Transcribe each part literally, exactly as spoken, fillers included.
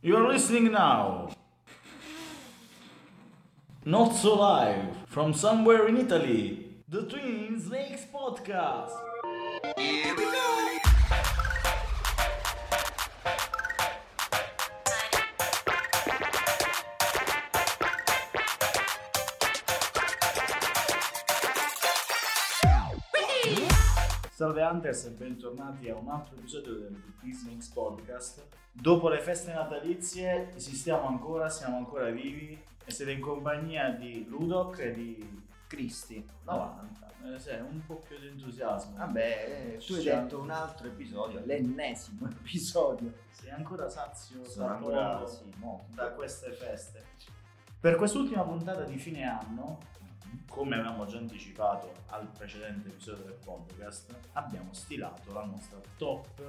You're listening now. Not so live from somewhere in Italy. The Twin Snakes Podcast. Here we go. Salve Hunters e bentornati a un altro episodio del Twin Snakes Podcast. Dopo le feste natalizie esistiamo ancora, siamo ancora vivi e siete in compagnia di Ludoc e di Cristi novanta. Eh, sì, un po' più di entusiasmo. Vabbè, tu hai detto un altro episodio, l'ennesimo episodio. Sei ancora sazio, Sono da ancora poco sì, molto. da queste feste. Per quest'ultima puntata di fine anno, come avevamo già anticipato al precedente episodio del podcast, abbiamo stilato la nostra top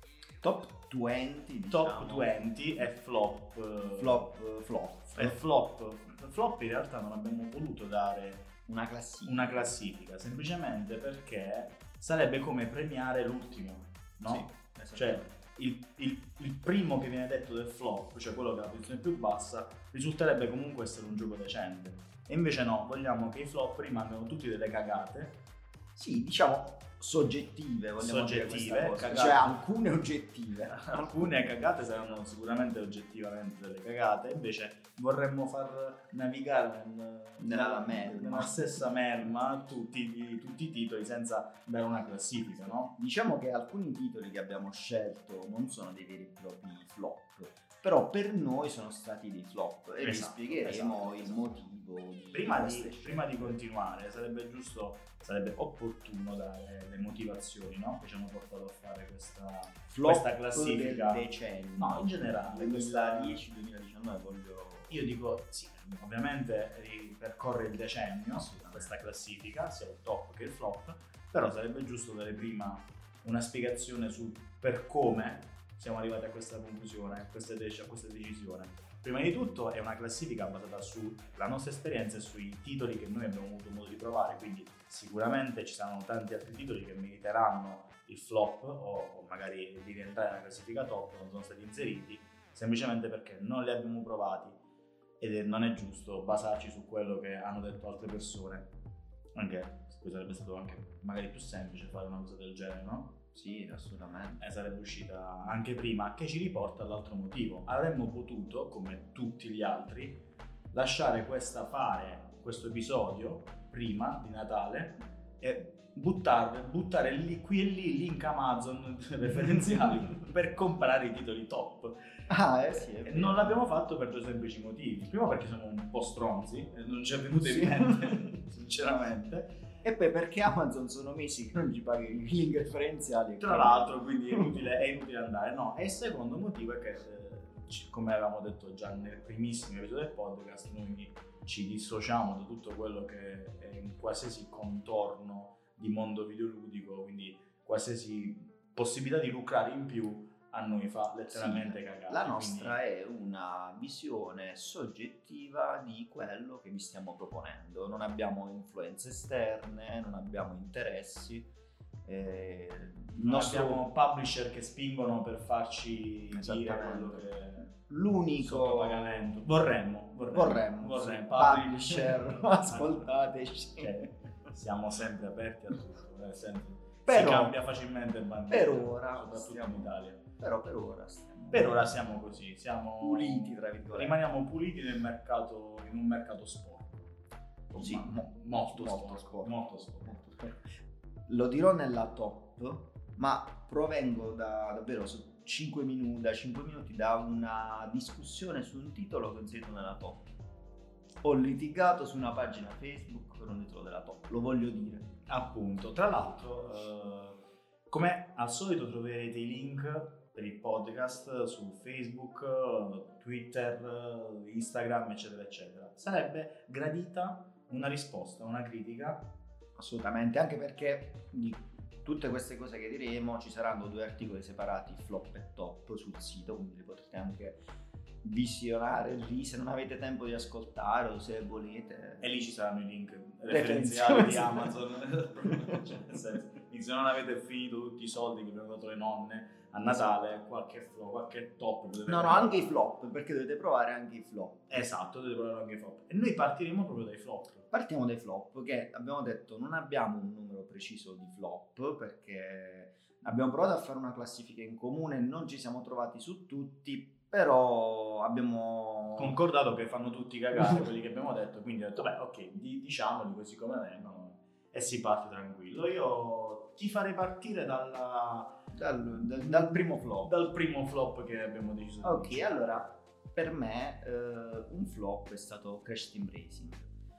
top venti, diciamo. top venti e flop flop flop e flop flop in realtà non abbiamo voluto dare una classifica una classifica semplicemente perché sarebbe come premiare l'ultimo, no? Sì, cioè il, il, il primo che viene detto del flop, cioè quello che ha la posizione più bassa, risulterebbe comunque essere un gioco decente. E invece no, vogliamo che i flop rimangano tutti delle cagate. Sì, diciamo soggettive, vogliamo Soggettive, dire questa cosa. cagate. Cioè alcune oggettive. Alcune cagate saranno sicuramente oggettivamente delle cagate, invece vorremmo far navigare nel, Nella merma. nella stessa merma tutti, tutti i titoli senza dare una classifica, no? Diciamo che alcuni titoli che abbiamo scelto non sono dei veri e propri flop, però per noi sono stati dei flop e Esatto, vi spiegheremo esatto, il esatto. motivo di Prima queste di, scelte. prima di continuare sarebbe giusto, sarebbe opportuno dare le motivazioni, no? Che ci hanno portato a fare questa, Flop questa classifica. del decennio. No, in generale, questa- duemiladieci duemiladiciannove voglio... Io dico sì, ovviamente ripercorre il decennio Assolutamente. questa classifica, sia il top che il flop, però sarebbe giusto dare prima una spiegazione su per come siamo arrivati a questa conclusione, a questa, dec- a questa decisione. Prima di tutto è una classifica basata sulla nostra esperienza e sui titoli che noi abbiamo avuto modo di provare, quindi sicuramente ci saranno tanti altri titoli che meriteranno il flop o, o magari di rientrare nella classifica top, non sono stati inseriti, semplicemente perché non li abbiamo provati ed è- non è giusto basarci su quello che hanno detto altre persone, anche se sarebbe stato anche magari più semplice fare una cosa del genere, no? Sì, assolutamente. Eh, sarebbe uscita anche prima, che ci riporta all'altro motivo. Avremmo potuto, come tutti gli altri, lasciare questa fare questo episodio prima di Natale e buttare, buttare lì, qui e lì link Amazon referenziali per comprare i titoli top. Ah, eh sì, è E vero. non l'abbiamo fatto per due semplici motivi. Primo perché siamo un po' stronzi e non ci è venuto in Sì. mente, sinceramente. E poi perché Amazon sono mesi che non ci paghi i link referenziali. Tra l'altro, quindi è inutile, è inutile andare. No, e il secondo motivo è che, eh, ci- come avevamo detto già nel primissimo episodio del podcast, noi ci dissociamo da tutto quello che è un qualsiasi contorno di mondo videoludico, quindi qualsiasi possibilità di lucrare in più a noi fa letteralmente Sì, cagare. La nostra quindi- è una visione soggettiva di quello che vi stiamo proponendo. Non abbiamo influenze esterne, non abbiamo interessi. eh, il non nostro- abbiamo publisher che spingono per farci dire Esattamente. quello che L'unico sotto pagamento. Vorremmo, vorremmo, vorremmo, vorremmo. publisher, ascoltateci. Cioè, siamo sempre aperti a tutto, eh, sempre. Però- si cambia facilmente il bandiera, per ora soprattutto stiamo- in Italia. Però per ora stiamo Per ora siamo così, siamo puliti, tra virgolette. rimaniamo puliti nel mercato, in un mercato sporco. Sì, Ma- mo- molto, molto sporco, sporco. molto sporco. Molto sporco. Lo dirò nella top, ma provengo da davvero su cinque minuti, da cinque minuti da una discussione su un titolo che ho inserito nella top. Ho litigato su una pagina Facebook per un titolo della top, lo voglio dire. Appunto, tra l'altro, eh, come al solito troverete i link per il podcast su Facebook, eh, Twitter, eh, Instagram, eccetera, eccetera. Sarebbe gradita una risposta, una critica. Assolutamente, anche perché di tutte queste cose che diremo ci saranno due articoli separati, flop e top, sul sito, quindi li potrete anche visionare lì se non avete tempo di ascoltare o se volete. E lì ci saranno i link Referenziali. referenziali di Amazon. Cioè, nel senso, se non avete finito tutti i soldi che vi hanno dato le nonne a Natale qualche flop, qualche top. No, no, provare. anche i flop, perché dovete provare anche i flop. Esatto, dovete provare anche i flop. E noi partiremo proprio dai flop. Partiamo dai flop, che abbiamo detto non abbiamo un numero preciso di flop, perché abbiamo provato a fare una classifica in comune, non ci siamo trovati su tutti, però abbiamo concordato che fanno tutti cagare quelli che abbiamo detto, quindi ho detto beh ok, di- diciamoli così come vengono e si parte tranquillo. Io ti farei partire dalla, dal, dal, dal primo flop. dal primo flop che abbiamo deciso di Ok, iniziare. allora per me eh, un flop è stato Crash Team Racing.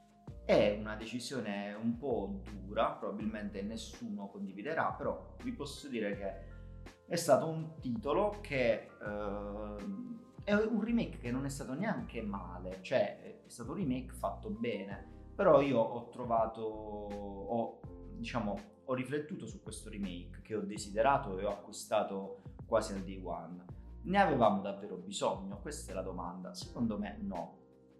È una decisione un po' dura, probabilmente nessuno condividerà, però vi posso dire che è stato un titolo che eh, è un remake che non è stato neanche male, cioè è stato un remake fatto bene, però io ho trovato, ho, diciamo, ho riflettuto su questo remake che ho desiderato e ho acquistato quasi al day one. Ne avevamo davvero bisogno? Questa è la domanda. Secondo me no,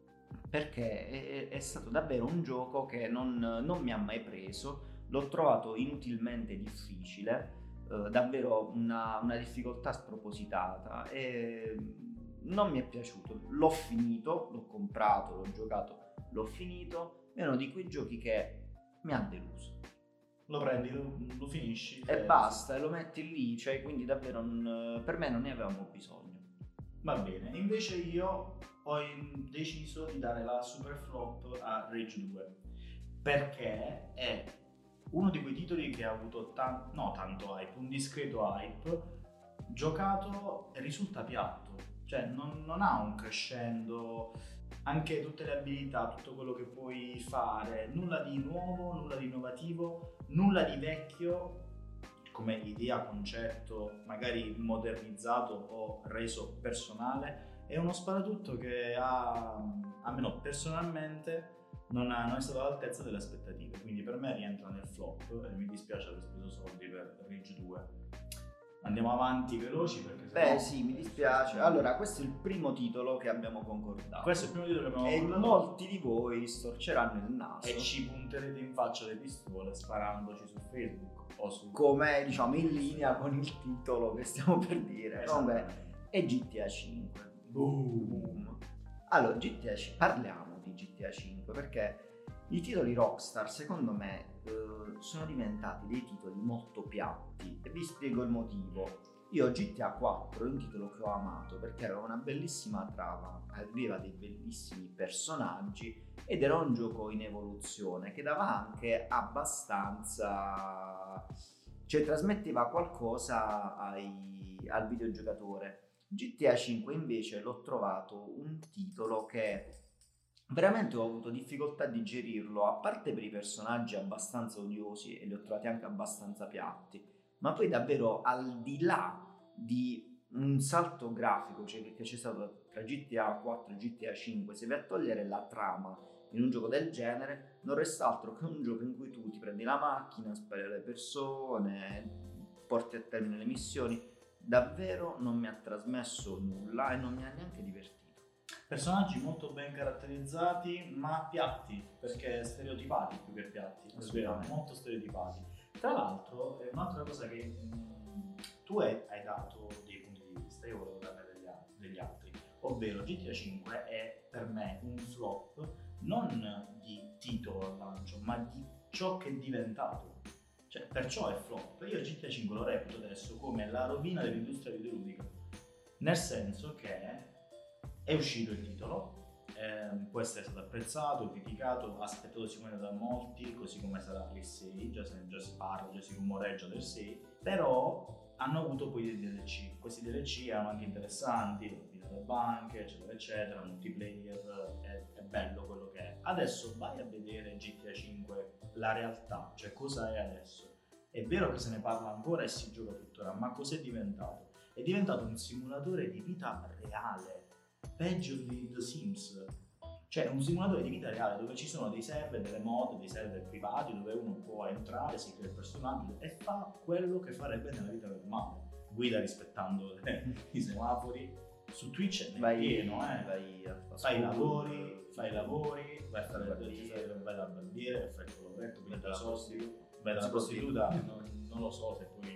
perché è, è stato davvero un gioco che non, non mi ha mai preso, l'ho trovato inutilmente difficile, eh, davvero una, una difficoltà spropositata e non mi è piaciuto. L'ho finito, l'ho comprato, l'ho giocato, l'ho finito, è uno di quei giochi che mi ha deluso. Lo prendi, lo, lo finisci E basta, e lo metti lì, cioè quindi davvero non, per me non ne avevamo bisogno. Va bene, invece io ho in- deciso di dare la super flop a Rage due perché è uno di quei titoli che ha avuto tan- no, tanto hype, un discreto hype, giocato e risulta piatto, cioè non, non ha un crescendo, anche tutte le abilità, tutto quello che puoi fare, nulla di nuovo, nulla di innovativo, nulla di vecchio come idea, concetto, magari modernizzato o reso personale. È uno sparatutto che ha, almeno personalmente, non, ha, non è stato all'altezza delle aspettative, quindi per me rientra nel flop e mi dispiace aver speso soldi per Rage due. Andiamo avanti veloci perché Beh sennò- sì, mi dispiace. Allora, questo è il primo titolo che abbiamo concordato. questo è il primo titolo che abbiamo E concordato molti di voi storceranno il naso. e ci punterete in faccia le pistole sparandoci su Facebook o su Come diciamo in linea con il titolo che stiamo per dire. Comunque è G T A cinque. Boom. Boom. Allora, G T A cinque, parliamo di G T A cinque perché i titoli Rockstar secondo me eh, sono diventati dei titoli molto piatti e vi spiego il motivo. Io G T A quattro è un titolo che ho amato perché aveva una bellissima trama, aveva dei bellissimi personaggi ed era un gioco in evoluzione che dava anche abbastanza, cioè trasmetteva qualcosa ai, al videogiocatore. G T A cinque invece l'ho trovato un titolo che veramente ho avuto difficoltà a digerirlo, a parte per i personaggi abbastanza odiosi e li ho trovati anche abbastanza piatti, ma poi davvero al di là di un salto grafico cioè, che c'è stato tra G T A quattro e G T A cinque, se vai a togliere la trama in un gioco del genere non resta altro che un gioco in cui tu ti prendi la macchina, spari alle persone, porti a termine le missioni. Davvero non mi ha trasmesso nulla e non mi ha neanche divertito. Personaggi molto ben caratterizzati ma piatti, perché stereotipati più che piatti, è vero, molto stereotipati. Tra l'altro è un'altra cosa che mh, tu hai, hai dato dei punti di vista, io volevo darne degli, al- degli altri, ovvero G T A cinque è per me un flop non di titolo al lancio ma di ciò che è diventato. Cioè, perciò è flop. Io G T A cinque lo reputo adesso come la rovina dell'industria videoludica, nel senso che è uscito il titolo, ehm, può essere stato apprezzato, criticato, aspettato sicuramente da molti, così come sarà il sei, già, se- già si parla, già si rumoreggia del sei, però hanno avuto poi dei D L C. Questi D L C erano anche interessanti, vita da banche, eccetera, eccetera, multiplayer, è, è bello quello che è. Adesso vai a vedere G T A cinque, la realtà, cioè cosa è adesso. È vero che se ne parla ancora e si gioca tuttora, ma cos'è diventato? È diventato un simulatore di vita reale, peggio di The Sims. Cioè un simulatore di vita reale dove ci sono dei server, delle mod, dei server privati dove uno può entrare, si crea il personaggio e fa quello che farebbe nella vita normale. Guida rispettando i semafori. Su Twitch è Vai, pieno, eh. vai a Fai i scuola, lavori, fai i lavori, vai a fare la barbiere. vai dal barbiere, fai il coloretto, Vai prendi dalla i soldi, prostituta. vai dalla Si può prostituta, non, non lo so se poi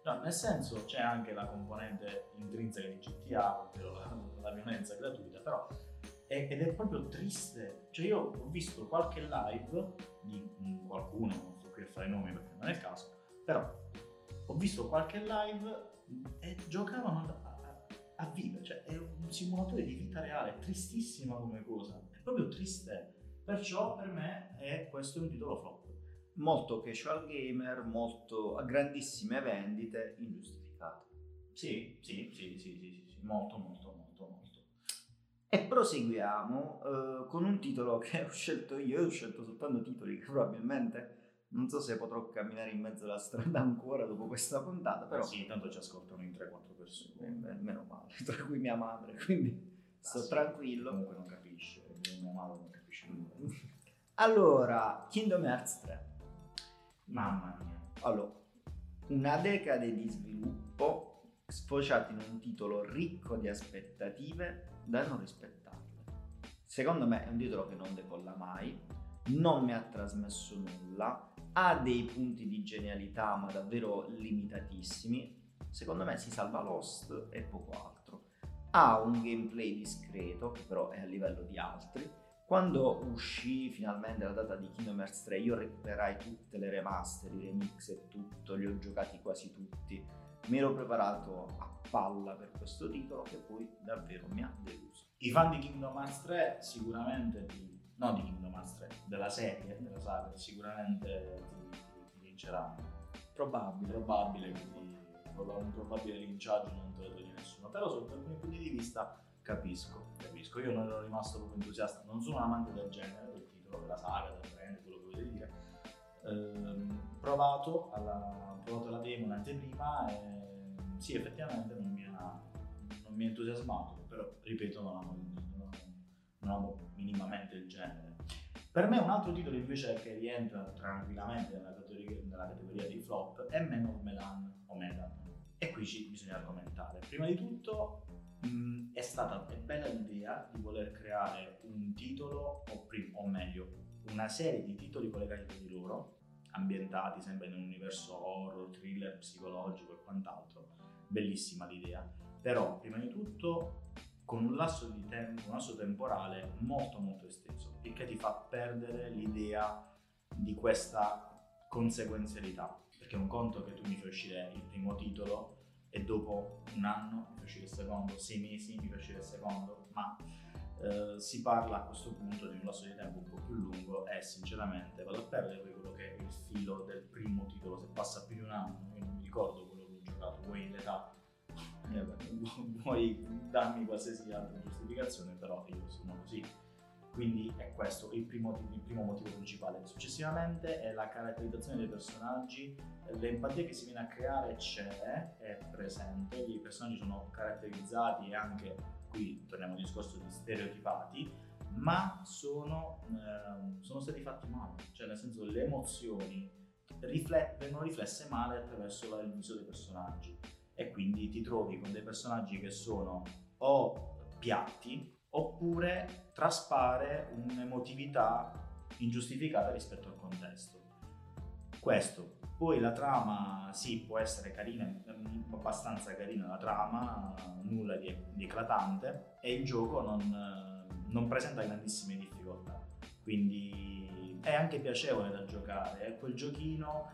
No, nel senso c'è anche la componente intrinseca di G T A, ovvero la, la violenza gratuita, però è, ed è proprio triste. Cioè io ho visto qualche live di um, qualcuno, non sto qui a fare nomi perché non è il caso, però ho visto qualche live e giocavano a, a, a vivere, cioè è un simulatore di vita reale, è tristissima come cosa, è proprio triste. Perciò per me è questo è un titolo flop. Molto casual gamer, molto a grandissime vendite, ingiustificate. Sì, sì, sì, sì, sì, sì, sì, molto, molto, molto, molto. E proseguiamo eh, con un titolo che ho scelto io, io ho scelto soltanto titoli che probabilmente non so se potrò camminare in mezzo alla strada ancora dopo questa puntata, però... Eh sì, tanto ci ascoltano in tre quattro persone. Eh, meno male, tra cui mia madre, quindi sto ah, sì, tranquillo. Comunque non capisce, mia madre non capisce nulla. Allora, Kingdom Hearts tre. Mamma mia. Allora, una decade di sviluppo sfociata in un titolo ricco di aspettative da non rispettarle. Secondo me è un titolo che non decolla mai, non mi ha trasmesso nulla, ha dei punti di genialità ma davvero limitatissimi. Secondo me si salva Lost e poco altro. Ha un gameplay discreto, che però è a livello di altri. Quando uscì finalmente la data di Kingdom Hearts tre, io recuperai tutte le remaster, i remix e tutto, li ho giocati quasi tutti. Mi ero preparato a palla per questo titolo che poi davvero mi ha deluso. I fan di Kingdom Hearts tre sicuramente ti, no di Kingdom Hearts tre, della serie, della saga, sicuramente ti, ti, ti vinceranno. Probabile. Probabile, quindi un probabile linciaggio non te lo toglie nessuno, però sotto alcuni punti di vista capisco, capisco. Io non ero rimasto proprio entusiasta, non sono un amante del genere, del titolo, della saga, del brand, quello che volete dire. Ehm, provato, alla, provato la demo in anteprima e sì, effettivamente non mi ha, non mi ha entusiasmato, però ripeto non amo, non, non amo minimamente il genere. Per me un altro titolo invece che rientra tranquillamente nella categoria, nella categoria dei flop è Man of Medan o Medan, e qui ci bisogna argomentare. Prima di tutto mh, è stata è bella l'idea di voler creare un titolo o, prim- o meglio una serie di titoli collegati tra di loro, ambientati sempre in un universo horror, thriller, psicologico e quant'altro. Bellissima l'idea, però prima di tutto con un lasso di tempo, un lasso temporale molto molto esteso, il che ti fa perdere l'idea di questa conseguenzialità, perché è un conto che tu mi fai uscire il primo titolo e dopo un anno mi fai uscire il secondo, sei mesi mi fai uscire il secondo, ma eh, si parla a questo punto di un lasso di tempo un po' più lungo e sinceramente vado a perdere poi quello che è il filo del primo titolo. Se passa più di un anno, io non mi ricordo quello che ho giocato, voi l'età eh, vuoi darmi qualsiasi altra giustificazione, però io sono così. Quindi è questo il primo, il primo motivo principale. Successivamente è la caratterizzazione dei personaggi, l'empatia che si viene a creare c'è, è presente, i personaggi sono caratterizzati e anche qui torniamo al discorso di stereotipati, ma sono, eh, sono stati fatti male, cioè nel senso le emozioni riflet- vengono riflesse male attraverso il viso dei personaggi e quindi ti trovi con dei personaggi che sono o piatti oppure traspare un'emotività ingiustificata rispetto al contesto. Questo. Poi la trama sì, può essere carina, abbastanza carina la trama, nulla di, di eclatante, e il gioco non, non presenta grandissime difficoltà, quindi è anche piacevole da giocare, è quel giochino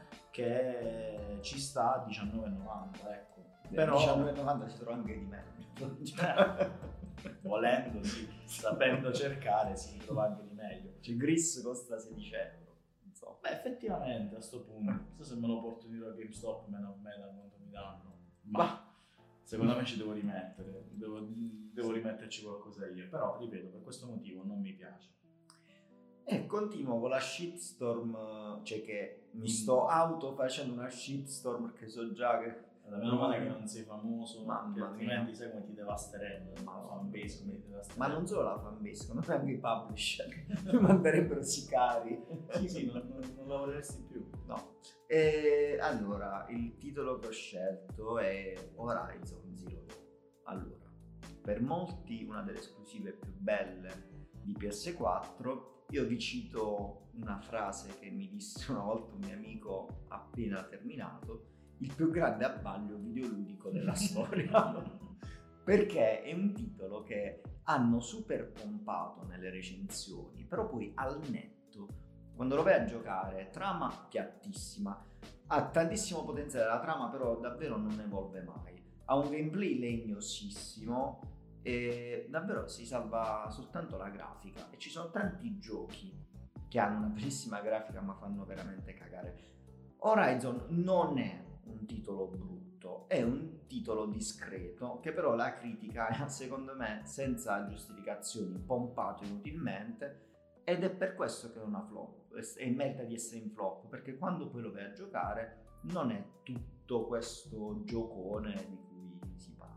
che ci sta a diciannove e novanta, ecco. Però diciannove e novanta ci trova anche di meglio. Volendo, sì, sapendo cercare si trova anche di meglio. Cioè, Gris costa sedici euro, non so. Beh, effettivamente a sto punto, non so se me lo porto in giro a GameStop, me ne me quanto mi danno, ma bah. Secondo me ci devo rimettere, devo, devo rimetterci qualcosa io, però ripeto, per questo motivo non mi piace. E continuo con la shitstorm, cioè che mi sto auto facendo una shitstorm perché so già che... Meno male che non sei famoso, mamma altrimenti mia. sai come ti devasterebbe la fanbase, come ti devasterebbe. Ma non solo la fanbase, secondo me anche i publisher mi manderebbero sicari. Sì, sì, non, non, non lavoreresti più. No. E allora, il titolo che ho scelto è Horizon Zero Dawn. Allora, per molti una delle esclusive più belle di P S quattro. Io vi cito una frase che mi disse una volta un mio amico appena terminato. il più grande abbaglio videoludico della storia. Perché è un titolo che hanno super pompato nelle recensioni, però poi al netto, quando lo vai a giocare, trama piattissima, ha tantissimo potenziale la trama, però davvero non evolve mai, ha un gameplay legnosissimo e davvero si salva soltanto la grafica, e ci sono tanti giochi che hanno una bellissima grafica ma fanno veramente cagare. Horizon non è un titolo brutto, è un titolo discreto che però la critica, secondo me, senza giustificazioni, pompato inutilmente, ed è per questo che è una flop e merita di essere in flop, perché quando poi lo vai a giocare non è tutto questo giocone di cui si parla.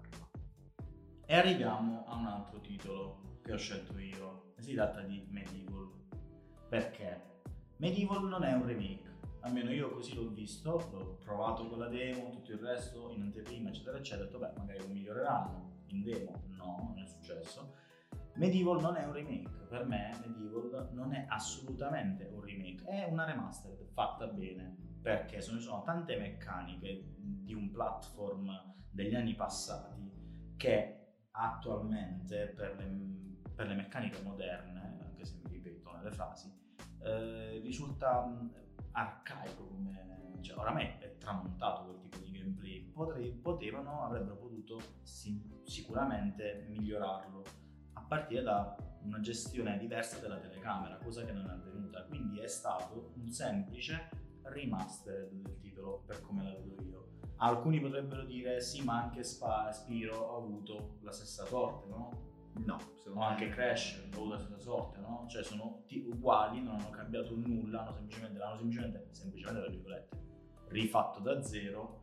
E arriviamo a un altro titolo che ho scelto io, si tratta di Medieval. Perché? Medieval non è un remake, almeno io così l'ho visto, l'ho provato con la demo, tutto il resto in anteprima eccetera eccetera, ho detto beh magari lo miglioreranno, in demo no, non è successo. Medieval non è un remake, per me Medieval non è assolutamente un remake, è una remastered fatta bene, perché ci sono tante meccaniche di un platform degli anni passati che attualmente per le, per le meccaniche moderne, anche se mi ripeto nelle frasi, eh, risulta arcaico, come, cioè oramai è tramontato quel tipo di gameplay. Potrei, potevano, avrebbero potuto sì, sicuramente migliorarlo, a partire da una gestione diversa della telecamera, cosa che non è avvenuta, quindi è stato un semplice remastered del titolo per come la vedo io. Alcuni potrebbero dire sì, ma anche Spa, Spyro ha avuto la stessa sorte, no? No, O anche Crash ha avuto la stessa sorte, no? Cioè sono t- uguali, non hanno cambiato nulla, hanno semplicemente, l'hanno semplicemente, semplicemente tra virgolette, rifatto da zero.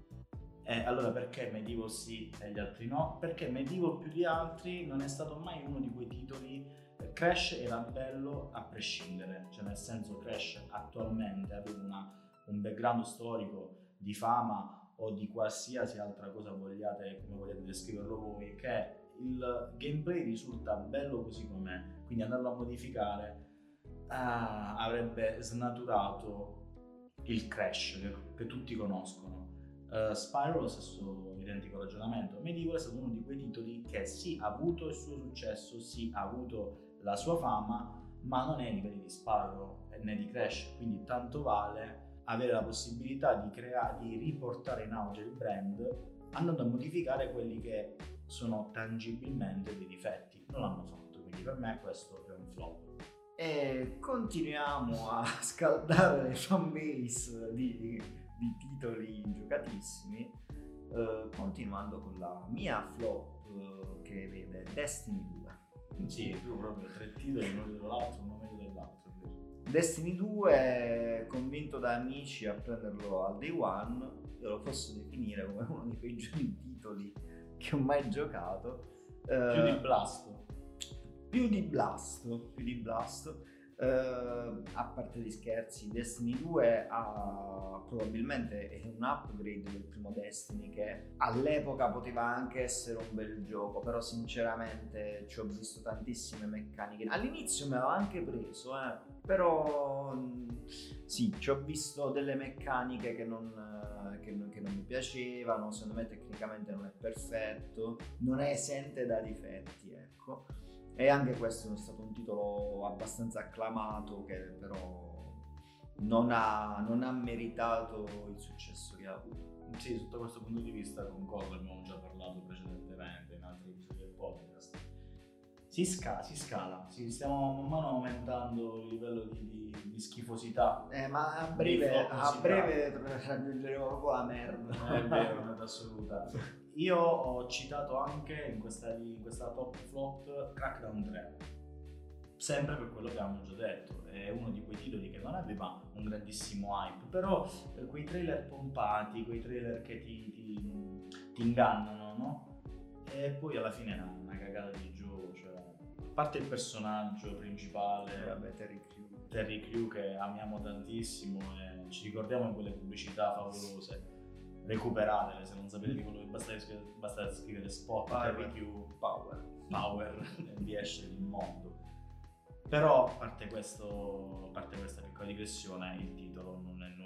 E allora perché Medieval sì e gli altri no? Perché Medieval più di altri non è stato mai uno di quei titoli. Crash era bello a prescindere, cioè nel senso Crash attualmente aveva una, un background storico di fama o di qualsiasi altra cosa vogliate, come vogliate descriverlo voi, che il gameplay risulta bello così com'è, quindi andarlo a modificare ah, avrebbe snaturato il Crash che, che tutti conoscono. Uh, Spyro lo stesso identico ragionamento. Medieval è stato uno di quei titoli che sì ha avuto il suo successo, sì ha avuto la sua fama, ma non è ai livelli di Spyro né di Crash, quindi tanto vale avere la possibilità di creare, di riportare in auge il brand andando a modificare quelli che sono tangibilmente dei difetti. Non l'hanno fatto, quindi per me questo è un flop. E continuiamo a scaldare le fanbase di, di titoli giocatissimi, eh, continuando con la mia flop, eh, che vede Destiny due. Sì, tu proprio tre titoli, uno dietro l'altro, uno meglio dell'altro. Destiny due, convinto da amici a prenderlo al day one, io lo posso definire come uno dei peggiori titoli che ho mai giocato. Più di Blast. Più di Blast, più di Blast. Uh, a parte gli scherzi, Destiny due ha probabilmente è un upgrade del primo Destiny, che all'epoca poteva anche essere un bel gioco, però sinceramente ci ho visto tantissime meccaniche. All'inizio me l'ho anche preso, eh, però mh, sì, ci ho visto delle meccaniche che non, che, che non mi piacevano. Secondo me tecnicamente non è perfetto, non è esente da difetti, ecco. E anche questo è stato un titolo abbastanza acclamato, che però non ha, non ha meritato il successo che ha avuto. Sì, sotto questo punto di vista concordo, abbiamo già parlato precedentemente in altri episodi del podcast. Si scala, si scala, si, stiamo man mano aumentando il livello di, di, di schifosità. Eh, ma a breve, a breve raggiungeremo proprio la merda. È vero, non è assoluta. Io ho citato anche in questa, in questa top flop Crackdown tre, sempre per quello che avevamo già detto. È uno di quei titoli che non aveva un grandissimo hype, però eh, quei trailer pompati, quei trailer che ti, ti, ti ingannano, no? E poi alla fine è una cagata di gioco, cioè, a parte il personaggio principale, eh, vabbè, Terry Crew. Terry Crew che amiamo tantissimo e ci ricordiamo in quelle pubblicità favolose. Recuperatele se non sapete di quello che basta, basta scrivere spot Terry Crew Power Power e vi esce l'immondo. Però a parte questo, a parte questa piccola digressione, il titolo non è nulla di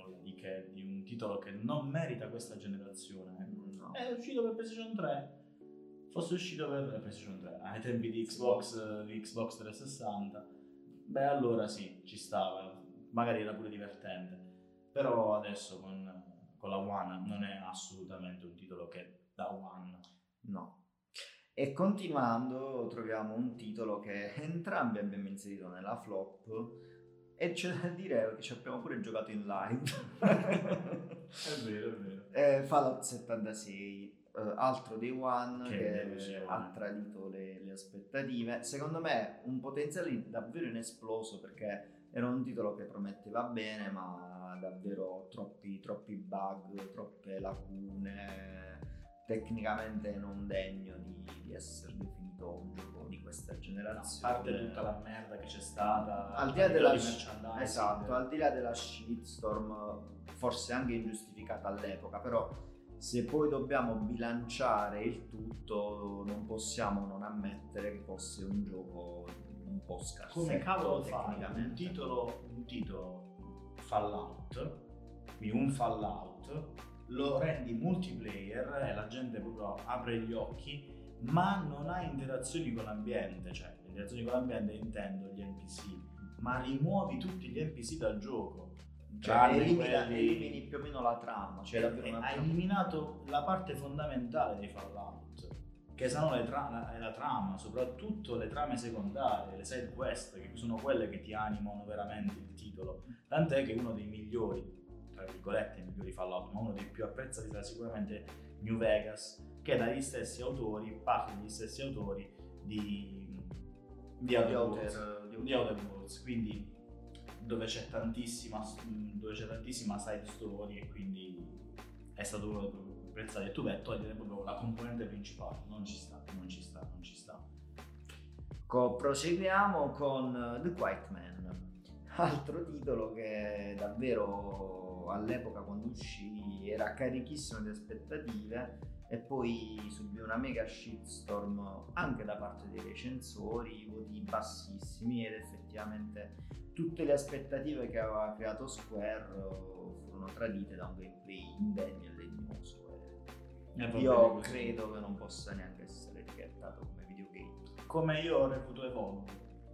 che di un titolo che non merita questa generazione. Ecco. No. È uscito per PlayStation tre. Fosse uscito per PlayStation tre ai tempi di Xbox, di Xbox trecentosessanta, beh allora sì, ci stava, magari era pure divertente, però adesso con, con la One non è assolutamente un titolo che da One. No. E continuando troviamo un titolo che entrambi abbiamo inserito nella flop e c'è da dire che ci abbiamo pure giocato in live. È vero, è vero. Eh, Fallout settantasei. Uh, altro Day One che, che ha tradito le, le aspettative. Secondo me un potenziale davvero inesploso, perché era un titolo che prometteva bene ma davvero troppi, troppi bug, troppe lacune, tecnicamente non degno di, di essere definito un gioco di questa generazione. No, a parte tutta la merda che c'è stata al di là della, di esatto, al di là della shitstorm forse anche ingiustificata all'epoca, però se poi dobbiamo bilanciare il tutto non possiamo non ammettere che fosse un gioco un po' scarsetto. Come cavolo fai un titolo, un titolo Fallout, quindi un Fallout, lo rendi multiplayer e la gente proprio apre gli occhi, ma non ha interazioni con l'ambiente, cioè le interazioni con l'ambiente intendo gli N P C, ma rimuovi tutti gli N P C dal gioco. Cioè, elimina, quelli... elimini più o meno la trama, cioè davvero una hai trama. eliminato la parte fondamentale dei Fallout, che sono le tra- la, la trama, soprattutto le trame secondarie, le side quest, che sono quelle che ti animano veramente il titolo. Tant'è che uno dei migliori, tra virgolette, i migliori Fallout, ma uno dei più apprezzati sarà sicuramente New Vegas, che è dagli stessi autori, parte degli stessi autori di, di Outer Worlds, di, di Outer Worlds, quindi dove c'è tantissima dove c'è tantissima side story e quindi è stato uno dei più apprezzati. E tu vai a togliere proprio la componente principale, non ci sta, non ci sta, non ci sta. Co- proseguiamo con The Quiet Man, altro titolo che davvero all'epoca quando uscì era carichissimo di aspettative e poi subì una mega shitstorm anche da parte dei recensori, voti bassissimi, ed effettivamente tutte le aspettative che aveva creato Square furono tradite da un gameplay indegno e legnoso. E io credo che non possa neanche essere etichettato come videogame. Come io reputo Evolve.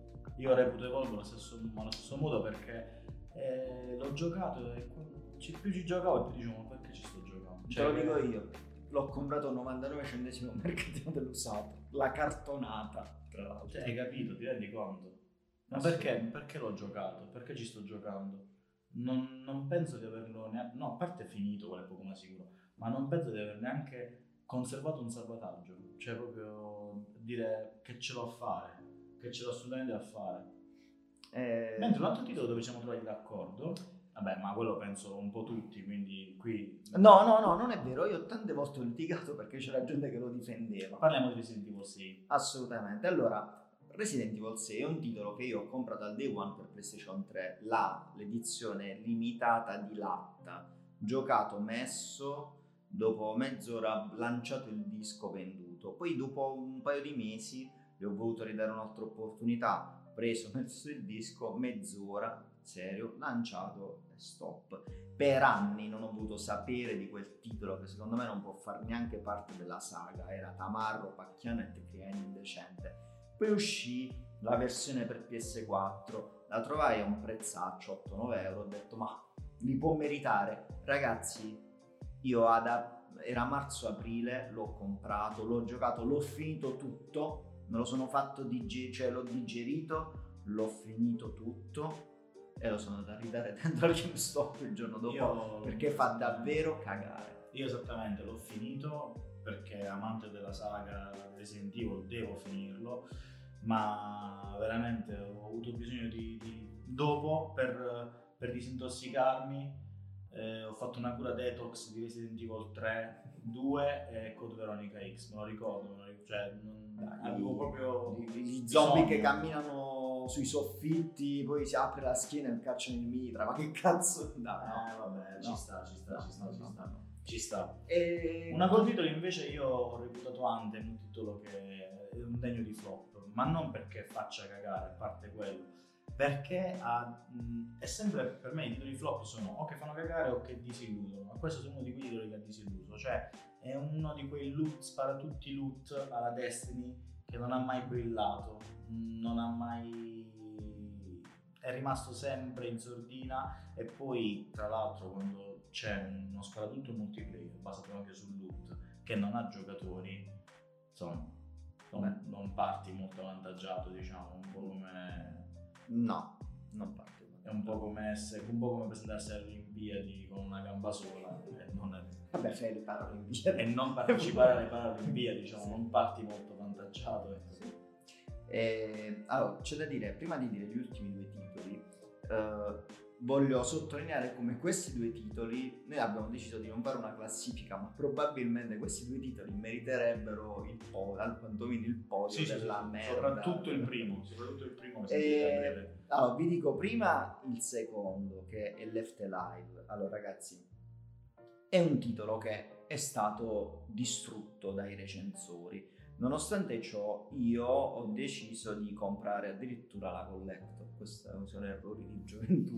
Io reputo Evolve allo stesso, allo stesso modo, perché eh, l'ho giocato e più ci giocavo e più dicevo ma perché ci sto giocando? Cioè, te lo dico io, l'ho comprato a novantanove centesimi al mercatino dell'usato, la cartonata tra l'altro. Cioè, hai capito, ti rendi conto? Ma perché? Perché l'ho giocato? Perché ci sto giocando? Non, non penso di averlo neanche... No, a parte è finito, quello è poco ma sicuro, ma non penso di aver neanche conservato un salvataggio. Cioè proprio dire che ce l'ho a fare, che ce l'ho assolutamente a fare. Eh... Mentre un altro titolo dove siamo trovati d'accordo, vabbè, ma quello penso un po' tutti, quindi qui... No, no, no, non è vero, io tante volte ho litigato perché c'era gente che lo difendeva. Parliamo di Resident Evil sei. Assolutamente, allora... Resident Evil sei è un titolo che io ho comprato al Day One per PlayStation tre, la, l'edizione limitata di latta, giocato, messo, dopo mezz'ora lanciato il disco, venduto. Poi dopo un paio di mesi gli ho voluto ridare un'altra opportunità, preso, messo il disco, mezz'ora, serio, lanciato e stop. Per anni non ho voluto sapere di quel titolo che secondo me non può far neanche parte della saga, era tamarro, pacchiano e tecnicamente indecente. Poi uscì la versione per P S quattro, la trovai a un prezzaccio, otto nove euro, ho detto ma li può meritare. Ragazzi, io ad a... era marzo-aprile, l'ho comprato, l'ho giocato, l'ho finito tutto, me lo sono fatto digerire, cioè l'ho digerito, l'ho finito tutto e lo sono andato a ridare dentro al GameStop il giorno dopo io... perché fa davvero cagare. Io esattamente l'ho finito perché amante della saga Resident Evil devo finirlo, ma veramente ho avuto bisogno di, di dopo per, per disintossicarmi, eh, ho fatto una cura detox di Resident Evil tre, due e Code Veronica X, me lo ricordo, me lo ricordo cioè non, Dai, avevo proprio gli zombie che camminano sui soffitti, poi si apre la schiena e cacciano il mitra, ma che cazzo? No, no, eh, vabbè, no, ci sta, ci sta, no, ci sta, no, ci sta. No, no. Ci sta. E... Un altro titolo invece io ho reputato Anthem un titolo che è un degno di flop, ma non perché faccia cagare, a parte quello, perché ha, mh, è sempre, per me i titoli flop sono o che fanno cagare o che disilludono, ma questo è uno di quei titoli che ha disilluso, cioè è uno di quei loot, spara tutti i loot alla Destiny che non ha mai brillato, non ha mai, è rimasto sempre in sordina. E poi tra l'altro quando c'è uno sparatutto multiplayer basato anche sul loot che non ha giocatori, insomma non, non parti molto avvantaggiato, diciamo, un po' come no, non parti, è un po' come essere, un po' come presentarsi alle Olimpiadi con una gamba sola e non, è, vabbè, fai le Paralimpiadi e non partecipare alle Paralimpiadi, diciamo, non parti molto avvantaggiato, ecco. Sì. E, allora, c'è da dire, prima di dire gli ultimi due titoli, eh, voglio sottolineare come questi due titoli, noi abbiamo deciso di non fare una classifica, ma probabilmente questi due titoli meriterebbero il podio, al quantomeno il podio Sì, sì, della sì, merda. soprattutto il primo, soprattutto il primo che e, allora, vi dico prima il secondo, che è Left Alive. Allora ragazzi, è un titolo che è stato distrutto dai recensori. Nonostante ciò, io ho deciso di comprare addirittura la collector. Questi sono errori di gioventù.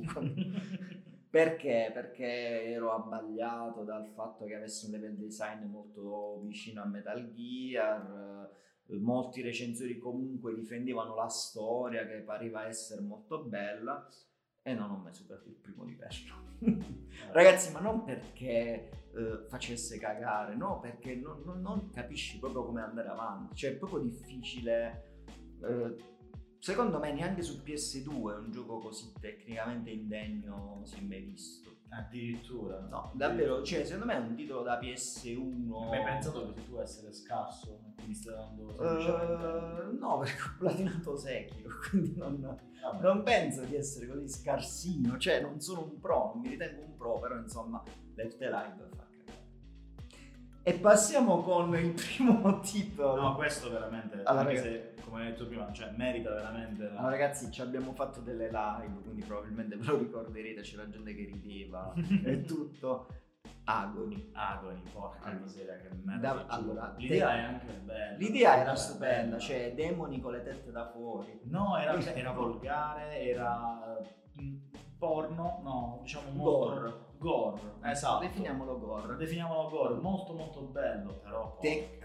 Perché? Perché ero abbagliato dal fatto che avesse un level design molto vicino a Metal Gear. Molti recensori comunque difendevano la storia, che pareva essere molto bella, e non ho mai superato il primo livello. Ragazzi, ma non perché eh, facesse cagare, no, perché non, non, non capisci proprio come andare avanti, cioè è proprio difficile. Eh, secondo me neanche su P S due un gioco così tecnicamente indegno si è mai visto. Addirittura? No, davvero, cioè secondo me è un titolo da P S uno. Ma hai pensato che tu essere scarso e quindi stai dando semplicemente... Uh, no, perché ho platinato Sekiro, quindi non, non penso di essere così scarsino, cioè non sono un pro, non mi ritengo un pro, però insomma Left Alive fa cagare. E passiamo con il primo titolo. No, questo veramente, allora, anche ragazzi, se come hai detto prima, cioè merita veramente la... Allora ragazzi, ci abbiamo fatto delle live, quindi probabilmente ve lo ricorderete, c'era gente che rideva e tutto. Agony. Agony, porca Agony. miseria, che merda. Da, allora, l'idea te... è anche bella. L'idea era stupenda, cioè demoni con le tette da fuori. No, era, era volgare, era porno, no, diciamo molto... Gore. Gore, esatto. Definiamolo gore. Definiamolo gore, molto molto bello, però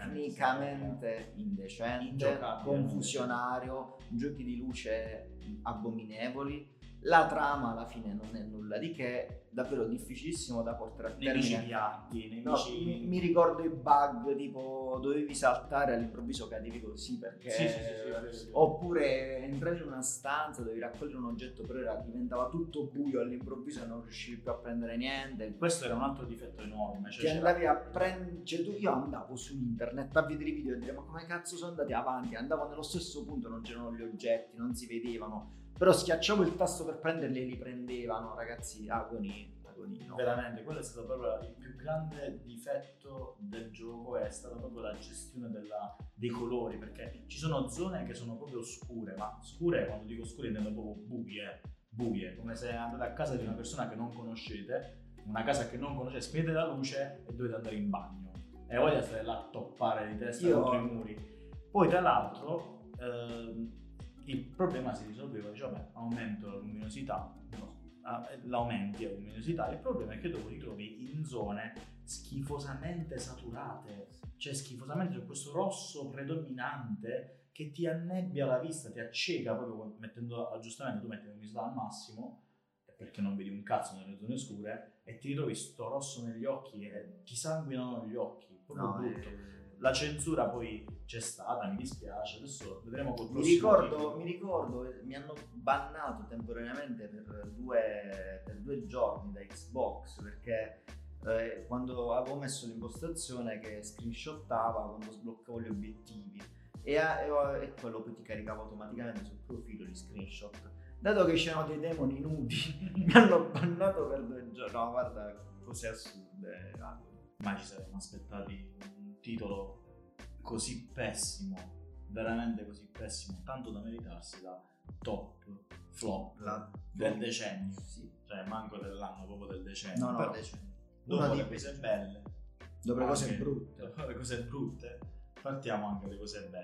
tecnicamente indecente, confusionario, giochi di luce abominevoli. La trama alla fine non è nulla di che, davvero difficilissimo da portare a termine. Nemici piatti, nemici... No, mi, mi ricordo i bug, tipo dovevi saltare all'improvviso cadevi così perché sì, sì, sì, sì, sì. Oppure entravi in una stanza, dovevi raccogliere un oggetto, però era, diventava tutto buio all'improvviso e non riuscivi più a prendere niente. Questo era un altro difetto enorme, cioè ti andavi a prendere, cioè tu, io andavo su internet a vedere i video e dire ma come cazzo sono andati avanti, andavo nello stesso punto, non c'erano gli oggetti, non si vedevano, però schiacciavo il tasto per prenderli e li prendevano. Ragazzi, agoni, agoni no. Veramente, quello è stato proprio il più grande difetto del gioco, è stata proprio la gestione della, dei colori, perché ci sono zone che sono proprio scure, ma scure, quando dico scure intendo proprio buie, buie, come se andate a casa di una persona che non conoscete, una casa che non conoscete, spegnete la luce e dovete andare in bagno e voglia stare là a toppare di testa Io... contro i muri. Poi tra l'altro ehm, il problema si risolveva, diciamo, beh, aumento la luminosità, no, l'aumenti la luminosità. Il problema è che dopo ti trovi in zone schifosamente saturate, cioè schifosamente, c'è questo rosso predominante che ti annebbia la vista, ti acceca proprio mettendo, giustamente tu metti la luminosità al massimo perché non vedi un cazzo nelle zone scure e ti ritrovi sto rosso negli occhi e ti sanguinano gli occhi, proprio no, brutto. eh... La censura poi c'è stata, mi dispiace, adesso vedremo col mi ricordo, mi ricordo, mi hanno bannato temporaneamente per due, per due giorni da Xbox perché eh, quando avevo messo l'impostazione che screenshottava quando sbloccavo gli obiettivi e, e, e quello poi ti caricava automaticamente sul profilo gli screenshot. Dato che c'erano dei demoni nudi mi hanno bannato per due giorni. No, guarda, cose assurde. Ma ci saremmo aspettati un titolo così pessimo, veramente così pessimo, tanto da meritarsi da top flop La... del decennio. Sì. Cioè manco dell'anno, proprio del decennio. No, no, però decennio. dopo le cose belle, dopo le cose brutte, dopo le cose brutte, partiamo anche le cose belle.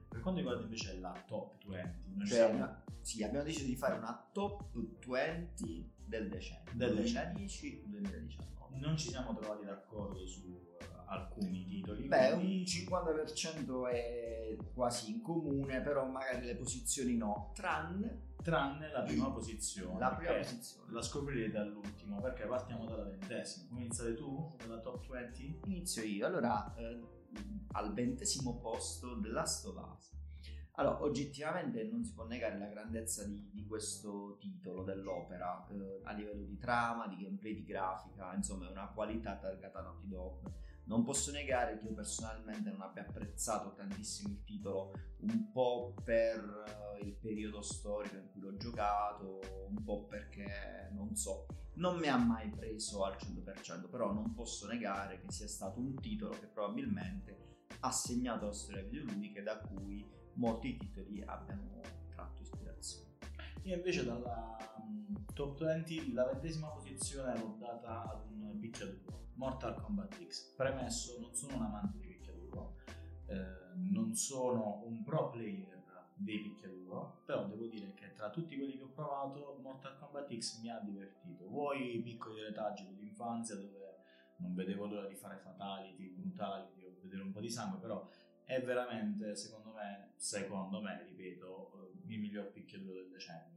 Per quanto riguarda invece la top venti, noi Cioè, siamo no, sì, abbiamo deciso di fare una top venti del decennio Del decennio. duemiladieci duemiladiciannove. non ci siamo trovati d'accordo su eh, alcuni titoli. Beh, quindi un cinquanta per cento è quasi in comune, però magari le posizioni no, tranne tranne la prima posizione. la prima che posizione. La scoprirete all'ultimo, perché partiamo dalla ventesima. Vuoi iniziare tu dalla top venti? Inizio io. Allora, eh, al ventesimo posto The Last of Us. Allora, oggettivamente non si può negare la grandezza di, di questo titolo, dell'opera, eh, a livello di trama, di gameplay, di grafica, insomma è una qualità targata Naughty Dog. Non posso negare che io personalmente non abbia apprezzato tantissimo il titolo, un po' per eh, il periodo storico in cui l'ho giocato, un po' perché, non so, non mi ha mai preso al cento per cento, però non posso negare che sia stato un titolo che probabilmente ha segnato la storia videoludica da cui molti titoli abbiano tratto ispirazione. Io invece dalla um, top venti la ventesima posizione l'ho data ad un picchiaduro, Mortal Kombat X. Premesso, non sono un amante di picchiaduro, eh, non sono un pro player dei picchiaduro, però devo dire che tra tutti quelli che ho provato Mortal Kombat X mi ha divertito. Vuoi i piccoli retaggi dell'infanzia dove non vedevo l'ora di fare fatality, brutality o vedere un po' di sangue, però è veramente, secondo me, secondo me, ripeto, il miglior picchiaduro del decennio.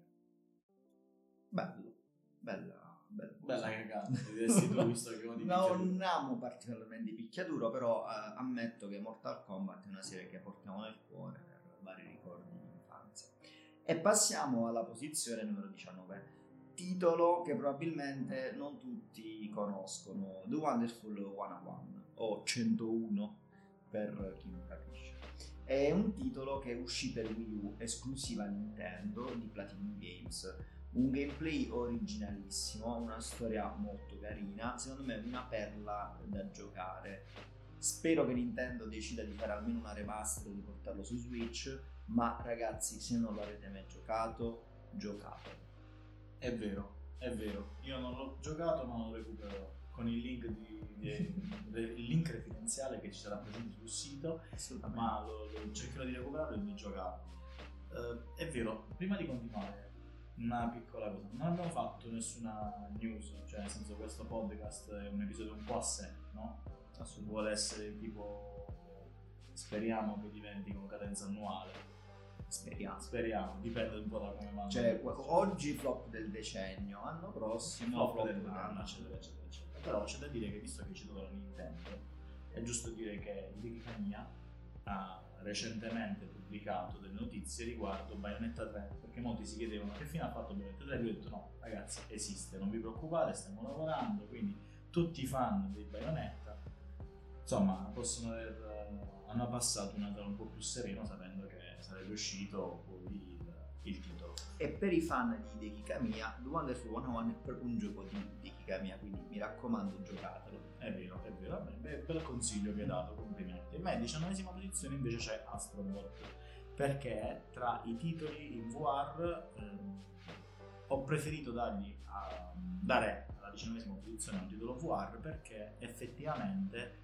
Bello, bella, bella, Bella cagata, diresti tu, visto che odi picchiaduro. non amo particolarmente i picchiaduro, però eh, ammetto che Mortal Kombat è una serie che portiamo nel cuore per vari ricordi di infanzia. E passiamo alla posizione numero diciannove, titolo che probabilmente non tutti conoscono, The Wonderful centouno o centouno per chi non capisce. È un titolo che è uscito per Wii U, esclusiva Nintendo di Platinum Games, un gameplay originalissimo, una storia molto carina, secondo me una perla da giocare. Spero che Nintendo decida di fare almeno una remaster e di portarlo su Switch, ma ragazzi, se non l'avete mai giocato, giocatelo. È vero, è vero, io non l'ho giocato ma lo recupero con il link, di, di, di, il link referenziale che ci sarà presente sul sito, ma lo, lo cercherò di recuperarlo e di giocarlo. Uh, è vero, prima di continuare, una piccola cosa, non abbiamo fatto nessuna news, cioè nel senso questo podcast è un episodio un po' a sé, no? Vuole essere tipo, speriamo che diventi con cadenza annuale. Speriamo. Speriamo, dipende un po' da come vanno. Cioè, oggi flop del decennio, anno prossimo flop, flop dell'anno, eccetera, eccetera, eccetera. Però c'è da dire che, visto che ci citato la Nintendo, è giusto dire che Hideki Kamiya ha recentemente pubblicato delle notizie riguardo Bayonetta tre, perché molti si chiedevano che fine ha fatto Bayonetta tre, e lui ha detto no, ragazzi, esiste, non vi preoccupate, stiamo lavorando, quindi tutti i fan di Bayonetta, insomma, possono aver, hanno passato un Natale un po' più sereno sapendo che sarebbe uscito poi il, il titolo. E per i fan di Hideki Kamiya, The Wonderful centouno è proprio un gioco di Hideki Kamiya, quindi mi raccomando, giocatelo. È vero, è vero, beh, bel consiglio che hai dato, complimenti. Ma in diciannovesima posizione invece c'è Astrobot, perché tra i titoli in V R ehm, ho preferito dargli a, dare alla diciannovesima posizione un titolo V R perché effettivamente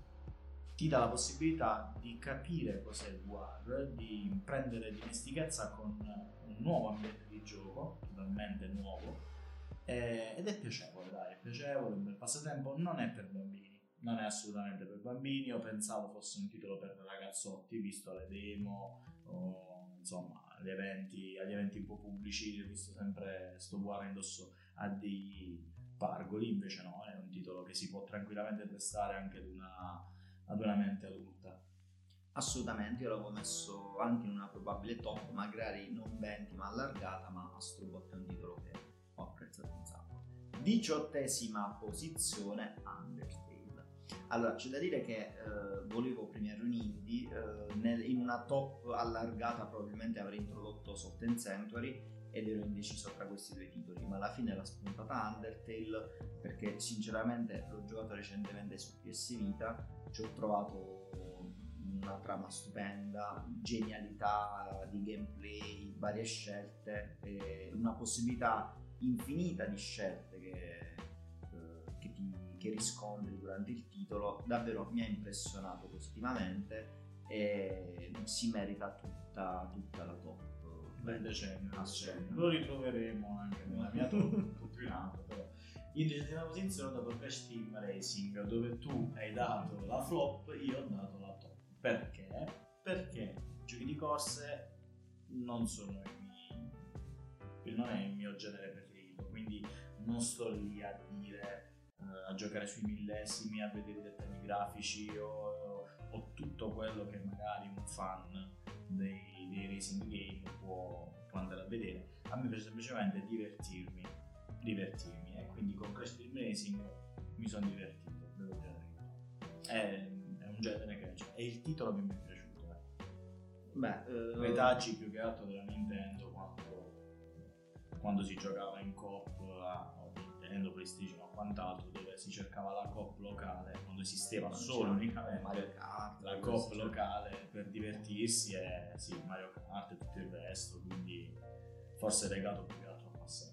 ti dà la possibilità di capire cos'è il V R, di prendere dimestichezza con un nuovo ambiente di gioco, totalmente nuovo, eh, ed è piacevole, dai, è piacevole, è un bel passatempo, non è per bambini, non è assolutamente per bambini, io pensavo fosse un titolo per ragazzotti, visto le demo, o, insomma, agli eventi, agli eventi un po' pubblici, ho visto sempre sto V R indosso a dei pargoli, invece no, è un titolo che si può tranquillamente prestare anche ad una ad una mente adulta. Assolutamente, io l'avevo messo anche in una probabile top, magari non venti ma allargata, ma Astrobot è un titolo che ho apprezzato un sacco. Diciottesima posizione, Undertale. Allora, c'è da dire che eh, volevo premiare un indie, eh, nel, in una top allargata probabilmente avrei introdotto Salt and Sanctuary ed ero indeciso tra questi due titoli, ma alla fine l'ha spuntata Undertale perché sinceramente l'ho giocato recentemente su P S Vita, ci ho trovato una trama stupenda, genialità di gameplay, varie scelte, e una possibilità infinita di scelte che, eh, che, ti, che riscontri durante il titolo. Davvero mi ha impressionato positivamente e si merita tutta, tutta la top. Bel decennio, decennio. Lo ritroveremo anche nella mia top un po' più in alto, però. In decima posizione ho dato Crash Team Racing, dove tu hai dato la flop, io ho dato la top. Perché? Perché i giochi di corse non sono i miei, non è il mio genere preferito, quindi non sto lì a dire uh, a giocare sui millesimi, a vedere i dettagli grafici o, o tutto quello che magari un fan dei, dei racing game può, può andare a vedere. A me piace semplicemente divertirmi divertirmi e quindi con Crash Team Racing mi sono divertito, devo dire la verità. È, è un genere che cioè, e il titolo che mi è piaciuto, eh. Beh, uh... retaggi più che altro della Nintendo quando, quando si giocava in coop a Nintendo, PlayStation o quant'altro, dove si cercava la coop locale quando esisteva non solo unicamente Mario Kart, la coop locale per divertirsi e sì, Mario Kart e tutto il resto, quindi forse è legato più che altro al passato.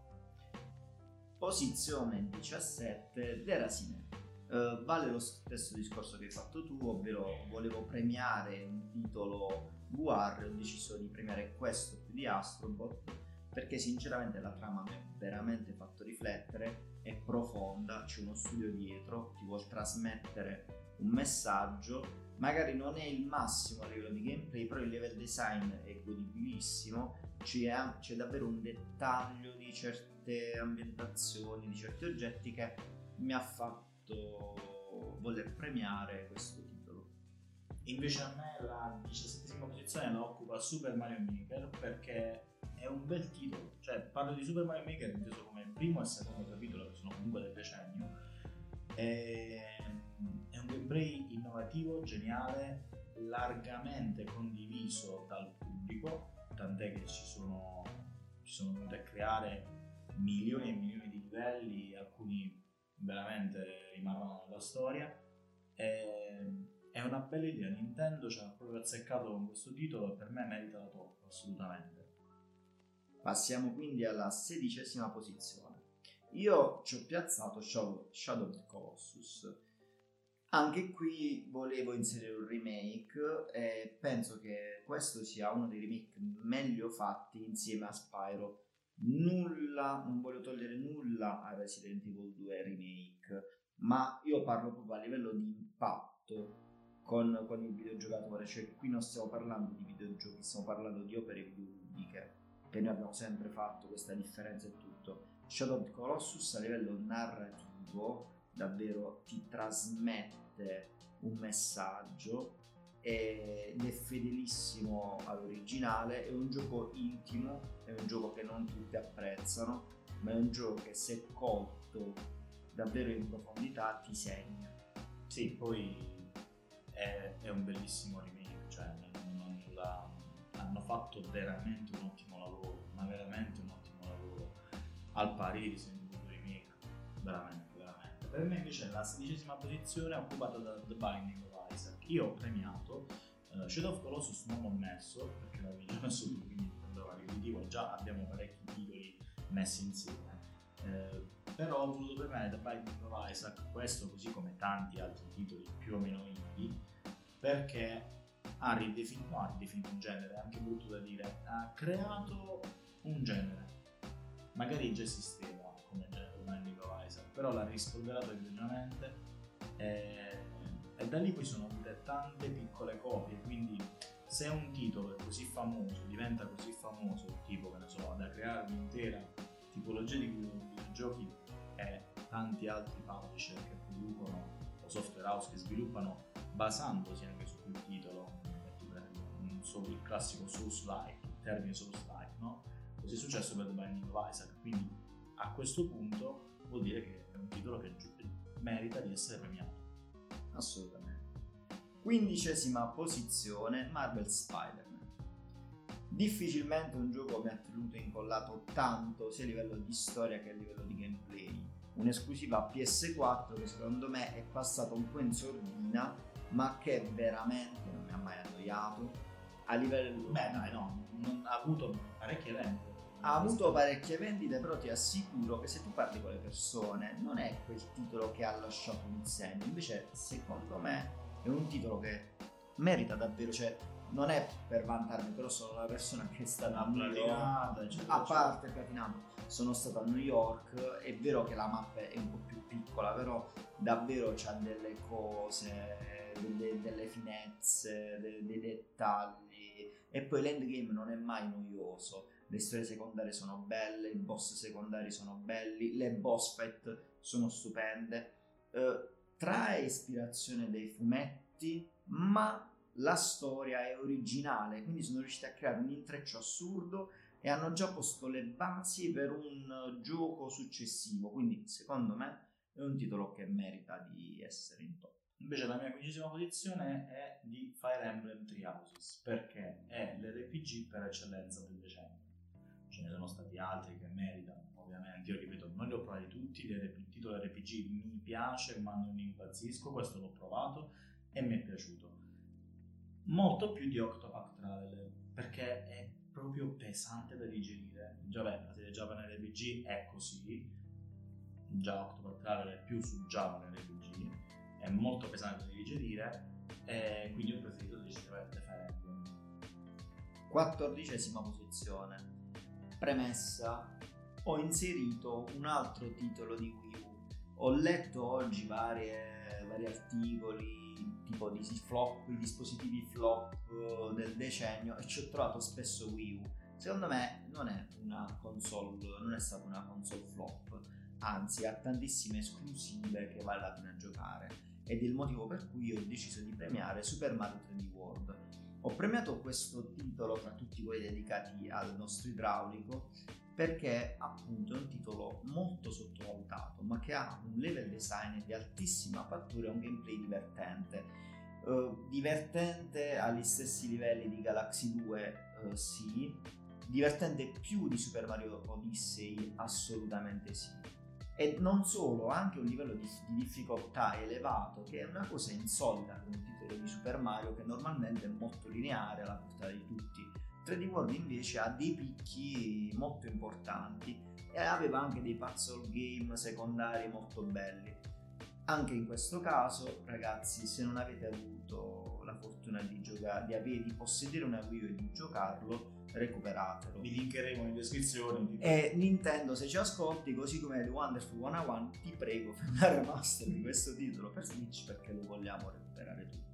Posizione diciassette, Derasine. Uh, vale lo stesso discorso che hai fatto tu, ovvero volevo premiare un titolo V R, ho deciso di premiare questo più di Astrobot perché sinceramente la trama mi ha veramente fatto riflettere, è profonda, c'è uno studio dietro, ti vuol trasmettere un messaggio, magari non è il massimo a livello di gameplay, però il level design è godibilissimo, c'è, c'è davvero un dettaglio di certe ambientazioni, di certi oggetti che mi ha fatto voler premiare questo titolo. Invece a me la diciassettesima posizione la occupa Super Mario Maker perché è un bel titolo, cioè parlo di Super Mario Maker inteso come il primo e il secondo capitolo che sono comunque del decennio. E è un gameplay innovativo, geniale, largamente condiviso dal pubblico, tant'è che ci sono, ci sono venuti a creare milioni e milioni di livelli, alcuni veramente rimarranno nella storia. E è una bella idea, Nintendo ci ha proprio azzeccato con questo titolo e per me merita la top, assolutamente. Passiamo quindi alla sedicesima posizione. Io ci ho piazzato Shadow, Shadow of the Colossus. Anche qui volevo inserire un remake e penso che questo sia uno dei remake meglio fatti insieme a Spyro. Nulla, non voglio togliere nulla a Resident Evil due remake, ma io parlo proprio a livello di impatto con, con il videogiocatore, cioè qui non stiamo parlando di videogiochi, stiamo parlando di opere videoludiche, che noi abbiamo sempre fatto questa differenza e tutto. Shadow of the Colossus a livello narrativo davvero ti trasmette un messaggio ed è fedelissimo all'originale, è un gioco intimo, è un gioco che non tutti apprezzano, ma è un gioco che se colto davvero in profondità ti segna. Sì, poi è, è un bellissimo remake, cioè non la, hanno fatto veramente un ottimo lavoro, ma veramente un ottimo lavoro al pari di Resident Evil remake, veramente, veramente. Per me invece la sedicesima posizione è occupata da The Binding of Isaac. Io ho premiato uh, Shadow of Colossus, non l'ho messo perché l'avevi già messo tu, quindi andava ripetitivo, già abbiamo parecchi titoli messi insieme. Eh, però ho voluto premiare The Binding of Isaac, questo così come tanti altri titoli più o meno indie, perché ha ridefinito, no, ha ridefinito un genere, è anche brutto da dire, ha creato un genere, magari già esisteva come genere The Binding of Isaac, però l'ha rispolverato egregiamente e, e da lì poi sono venute tante piccole copie, quindi se un titolo è così famoso, diventa così famoso, tipo che ne so, da creare un'intera tipologia di videogiochi e tanti altri publisher che producono o software house che sviluppano basandosi anche su quel titolo, un so, il classico Souls-like, il termine Souls-like, no? Così è successo per The Binding of Isaac, quindi a questo punto vuol dire che è un titolo che merita di essere premiato. Assolutamente. Quindicesima posizione, Marvel Spider-Man. Difficilmente un gioco mi ha tenuto incollato tanto sia a livello di storia che a livello di gameplay. Un'esclusiva P S quattro che secondo me è passata un po' in sordina, ma che veramente non mi ha mai annoiato. A livello... Beh dai no, non ha avuto parecchie vendite. Ha avuto parecchie vendite, però ti assicuro che se tu parli con le persone non è quel titolo che ha lasciato un segno. Invece secondo me è un titolo che merita davvero, cioè non è per vantarmi, però sono una persona che è stata a New York, a parte platinato, sono stato a New York, è vero che la mappa è un po' più piccola, però davvero c'ha delle cose, delle, delle finezze, dei, dei dettagli, e poi l'endgame non è mai noioso, le storie secondarie sono belle, i boss secondari sono belli, le boss fight sono stupende, eh, trae ispirazione dai fumetti, ma la storia è originale, quindi sono riusciti a creare un intreccio assurdo e hanno già posto le basi per un gioco successivo, quindi secondo me è un titolo che merita di essere in top. Invece la mia quindicesima posizione è di Fire Emblem Three Houses, perché è l'R P G per eccellenza del decennio. Ce ne sono stati altri che meritano, ovviamente. Io ripeto, non li ho provati tutti, il titolo R P G mi piace ma non impazzisco, questo l'ho provato e mi è piaciuto molto più di Octopath Traveler, perché è proprio pesante da digerire. Già beh, la serie Japan R P G è così, già Octopath Traveler è più su Japan R P G, è molto pesante da digerire, e quindi ho preferito decisamente Fire Emblem. Quattordicesima posizione. Premessa, ho inserito un altro titolo di Wii U. Ho letto oggi varie, vari articoli tipo di flop, i dispositivi flop del decennio, e ci ho trovato spesso Wii U. Secondo me non è una console, non è stata una console flop, anzi ha tantissime esclusive che vale la pena giocare, ed è il motivo per cui ho deciso di premiare Super Mario tre D World. Ho premiato questo titolo tra tutti quelli dedicati al nostro idraulico perché appunto è un titolo molto sottovalutato, ma che ha un level design di altissima fattura e un gameplay divertente. Uh, divertente agli stessi livelli di Galaxy due, uh, sì. Divertente più di Super Mario Odyssey, assolutamente sì. E non solo, ha anche un livello di, di difficoltà elevato, che è una cosa insolita per un titolo di Super Mario che normalmente è molto lineare alla portata di tutti. tre D World invece ha dei picchi molto importanti e aveva anche dei puzzle game secondari molto belli. Anche in questo caso, ragazzi, se non avete avuto la fortuna di giocare, di avere, di possedere una Wii U e di giocarlo, recuperatelo. Vi linkeremo in descrizione. E Nintendo, se ci ascolti, così come The Wonderful centouno, ti prego, fai una remaster di questo titolo per Switch, perché lo vogliamo recuperare tutti.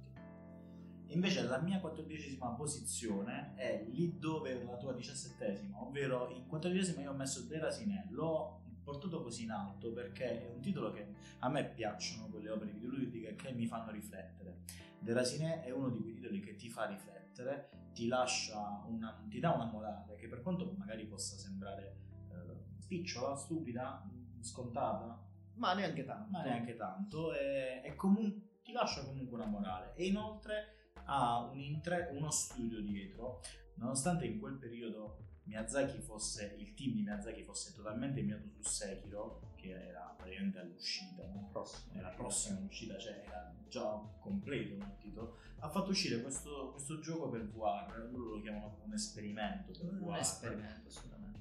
Invece la mia quattordicesima posizione è lì dove la tua diciassettesima, ovvero in quattordicesima io ho messo Déraciné. L'ho portato così in alto perché è un titolo che a me piacciono, quelle opere videoludiche che mi fanno riflettere. Déraciné è uno di quei titoli che ti fa riflettere, ti lascia una, ti dà una morale che, per quanto magari possa sembrare eh, spicciola, stupida, scontata, ma neanche tanto, ma neanche tanto, e, e comunque ti lascia comunque una morale. E inoltre ha un intre- uno studio dietro, nonostante in quel periodo Miyazaki fosse, il team di Miyazaki fosse totalmente impiantato su Sekiro, che era praticamente all'uscita, no? prossimo, era prossima all'uscita, cioè era già completo il titolo, ha fatto uscire questo, questo gioco per V R, loro lo chiamano come un esperimento per un V R. esperimento assolutamente.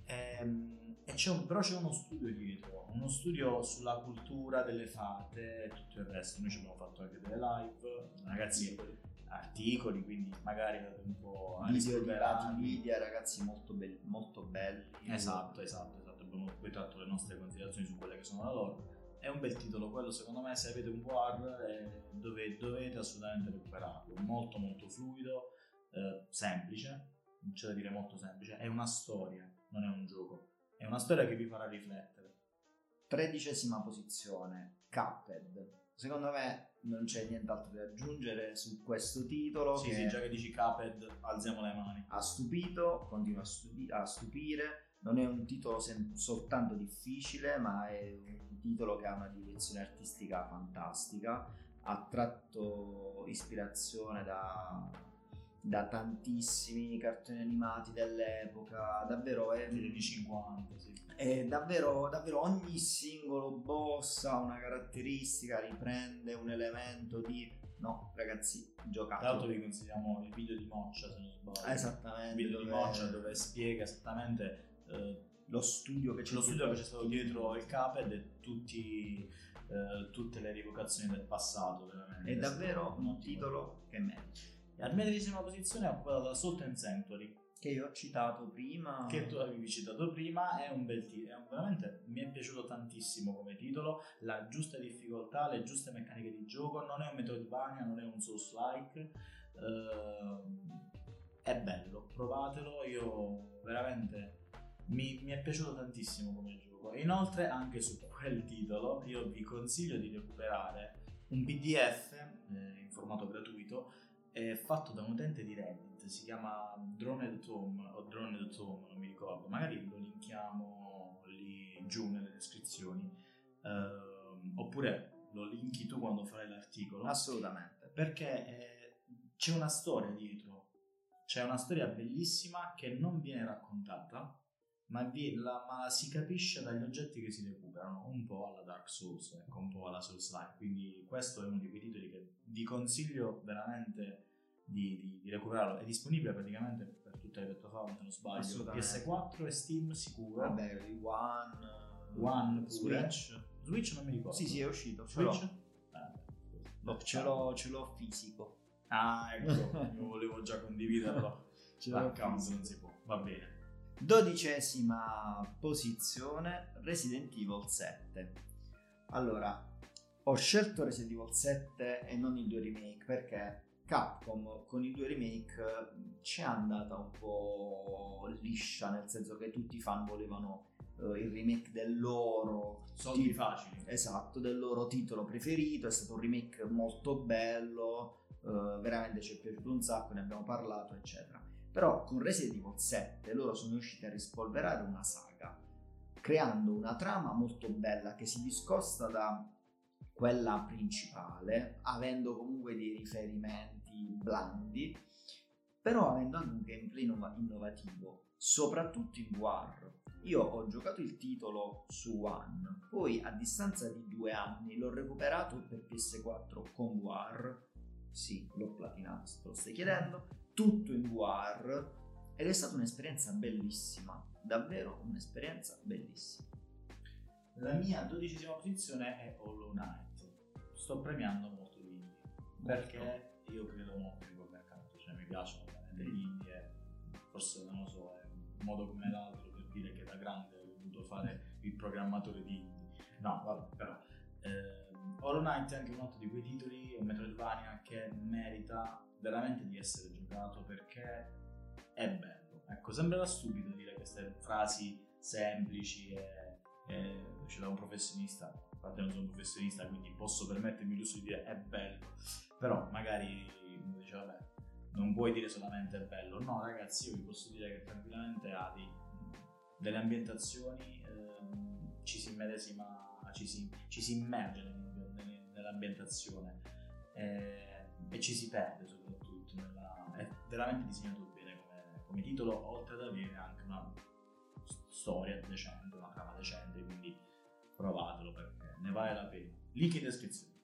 E, e c'è un, però c'è uno studio dietro, uno studio sulla cultura delle fate e tutto il resto. Noi ci abbiamo fatto anche delle live, ragazzi, articoli, quindi magari date un po' a video di riscoperarli. video, ragazzi, molto, be- molto belli. Esatto, esatto, esatto. Abbiamo poi tratto le nostre considerazioni su quelle che sono la loro. È un bel titolo quello, secondo me, se avete un V R eh, dove, dovete assolutamente recuperarlo. Molto molto fluido, eh, semplice, non c'è da dire, molto semplice. È una storia, non è un gioco. È una storia che vi farà riflettere. Tredicesima posizione, Cuphead. Secondo me non c'è nient'altro da aggiungere su questo titolo. Sì, che sì, già che dici Cuphead, alziamo le mani. Ha stupito, continua a, studi- a stupire. Non è un titolo sem- soltanto difficile, ma è un titolo che ha una direzione artistica fantastica. Ha tratto ispirazione da, da tantissimi cartoni animati dell'epoca. Davvero è Degli anni cinquanta, sì. È davvero, davvero ogni singolo boss ha una caratteristica, riprende un elemento di... No, ragazzi, giocate. Tra l'altro vi consigliamo il video di Moccia, se non sbaglio. Esattamente. Il video dove... di Moccia dove spiega esattamente eh, lo studio che c'è lo studio dietro. che c'è stato dietro il Cuphead e tutti, eh, tutte le rievocazioni del passato, veramente. È davvero un ottimo. titolo che merita. E la mia tredicesima posizione è occupata da Salt and Sanctuary, che io ho citato prima. Che tu avevi citato prima. È un bel titolo, veramente mi è piaciuto tantissimo come titolo, la giusta difficoltà, le giuste meccaniche di gioco, non è un Metroidvania, non è un Souls-like, uh, è bello, provatelo, io veramente mi, mi è piaciuto tantissimo come gioco. E inoltre anche su quel titolo io vi consiglio di recuperare un P D F eh, in formato gratuito, è fatto da un utente di Reddit, si chiama Droned Tom o Droned Tom, non mi ricordo, magari lo linkiamo lì giù nelle descrizioni, uh, oppure lo linki tu quando farai l'articolo. Assolutamente. Perché eh, c'è una storia dietro, c'è una storia bellissima che non viene raccontata, ma, vi, la, ma si capisce dagli oggetti che si recuperano, un po' alla Dark Souls, ecco, un po' alla Souls-like. Quindi questo è uno di quei titoli che vi consiglio veramente di, di, di recuperarlo. È disponibile praticamente per tutte le piattaforme, se non sbaglio, P S quattro e Steam sicuro. Vabbè, One, One pure. Switch. Switch non mi ricordo. Sì, sì, è uscito. Switch? Eh, no, ce l'ho, ce l'ho fisico. Ah, ecco, io volevo già condividerlo. L'account non si può, va bene. Dodicesima posizione, Resident Evil sette. Allora, ho scelto Resident Evil sette e non il due remake perché Capcom con i due remake ci è andata un po' liscia, nel senso che tutti i fan volevano uh, il remake del loro soldi tit- facili. Esatto, del loro titolo preferito. È stato un remake molto bello, uh, veramente ci è piaciuto un sacco, ne abbiamo parlato, eccetera. Però con Resident Evil sette loro sono riusciti a rispolverare una saga, creando una trama molto bella che si discosta da quella principale, avendo comunque dei riferimenti blandi, però avendo anche un gameplay innovativo, soprattutto in War. Io ho giocato il titolo su One, poi a distanza di due anni l'ho recuperato per P S quattro con War. Sì, l'ho platinato, se te lo stai chiedendo, tutto in War, ed è stata un'esperienza bellissima, davvero un'esperienza bellissima. La mia dodicesima posizione è Hollow Knight. Sto premiando molto l'indie, perché io credo molto in quel mercato, cioè mi piacciono veramente gli indie, forse non lo so, è un modo come l'altro per dire che da grande ho voluto fare il programmatore di indie. No, vabbè, però eh, Hollow Knight è anche un altro di quei titoli, un Metroidvania che merita veramente di essere giocato perché è bello. Ecco, sembrerà stupido dire queste frasi semplici e, e ce l'ha un professionista, infatti non sono un professionista quindi posso permettermi il lusso di dire è bello, però magari uno dice vabbè, non puoi dire solamente è bello. No ragazzi, io vi posso dire che tranquillamente ha dei, delle ambientazioni, ehm, ci si immedesima, ci si, ci si immerge nell'ambientazione eh, e ci si perde soprattutto nella, è veramente disegnato bene come, come titolo, oltre ad avere anche una storia decente, una trama decente, quindi provatelo perché ne vale la pena. Link in descrizione.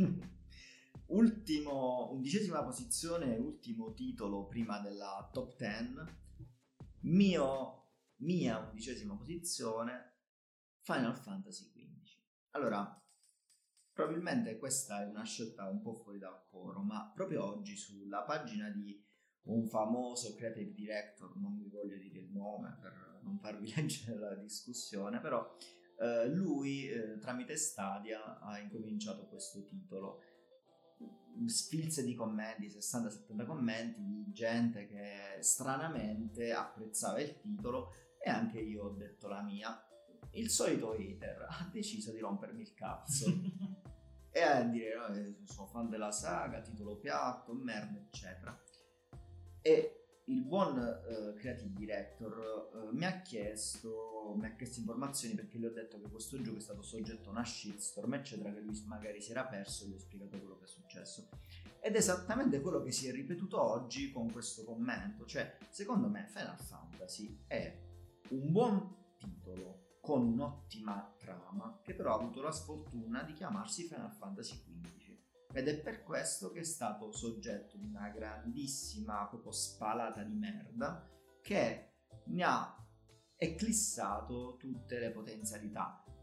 Ultimo, undicesima posizione, ultimo titolo prima della top dieci, mio, mia undicesima posizione, Final Fantasy quindici. Allora, probabilmente questa è una scelta un po' fuori dal coro, ma proprio oggi sulla pagina di un famoso creative director, non vi voglio dire il nome per non farvi leggere la discussione, però eh, lui eh, tramite Stadia ha incominciato questo titolo. Sfilze di commenti, sessanta settanta commenti di gente che stranamente apprezzava il titolo, e anche io ho detto la mia. Il solito hater ha deciso di rompermi il cazzo e a dire no, sono fan della saga, titolo piatto, merda eccetera. E il buon uh, creative director uh, mi ha chiesto mi ha chiesto informazioni, perché gli ho detto che questo gioco è stato soggetto a una shitstorm eccetera, che lui magari si era perso, e gli ho spiegato quello che è successo, ed è esattamente quello che si è ripetuto oggi con questo commento. Cioè, secondo me Final Fantasy è un buon titolo con un'ottima trama, che però ha avuto la sfortuna di chiamarsi Final Fantasy quindici, ed è per questo che è stato soggetto di una grandissima proprio spalata di merda che ne ha eclissato tutte le potenzialità.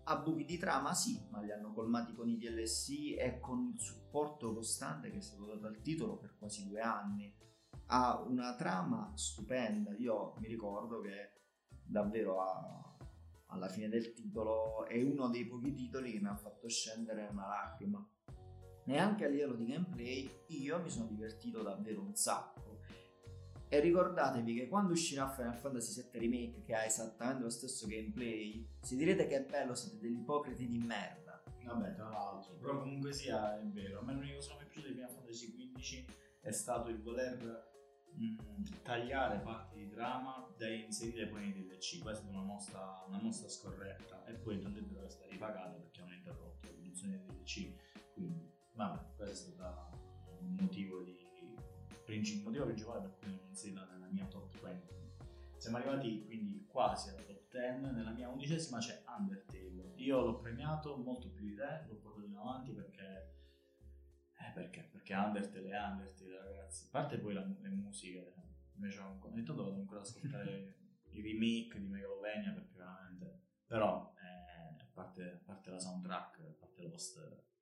ha buchi di trama, sì, ma li hanno colmati con i D L C e con il supporto costante che è stato dato al titolo per quasi due anni. Ha una trama stupenda. Io mi ricordo che davvero a, alla fine del titolo è uno dei pochi titoli che mi ha fatto scendere una lacrima. E anche a livello di gameplay io mi sono divertito davvero un sacco. E ricordatevi che quando uscirà Final Fantasy sette Remake, che ha esattamente lo stesso gameplay, se direte che è bello siete degli ipocriti di merda. Vabbè, tra l'altro, però comunque sia, è vero. A me l'unica cosa che mi è piaciuto di Final Fantasy quindici è stato il voler mh, tagliare parti di trama da inserire poi nei D L C. Questa è una mossa, una mossa scorretta, e poi tant'è vero che è stata ripagata perché hanno interrotto la produzione dei D L C. Quindi, vabbè, questo è stato un motivo di il motivo principale per cui non inserita nella mia top venti. Siamo arrivati quindi quasi alla top dieci. Nella mia undicesima c'è Undertale. Io l'ho premiato molto più di te, l'ho portato in avanti perché eh, perché? Perché Undertale è Undertale, ragazzi. A parte poi la, le musiche, invece ogni tanto vado ancora ad ascoltare i remake di Megalovania perché veramente, però eh, a, parte, a parte la soundtrack, a parte Lost,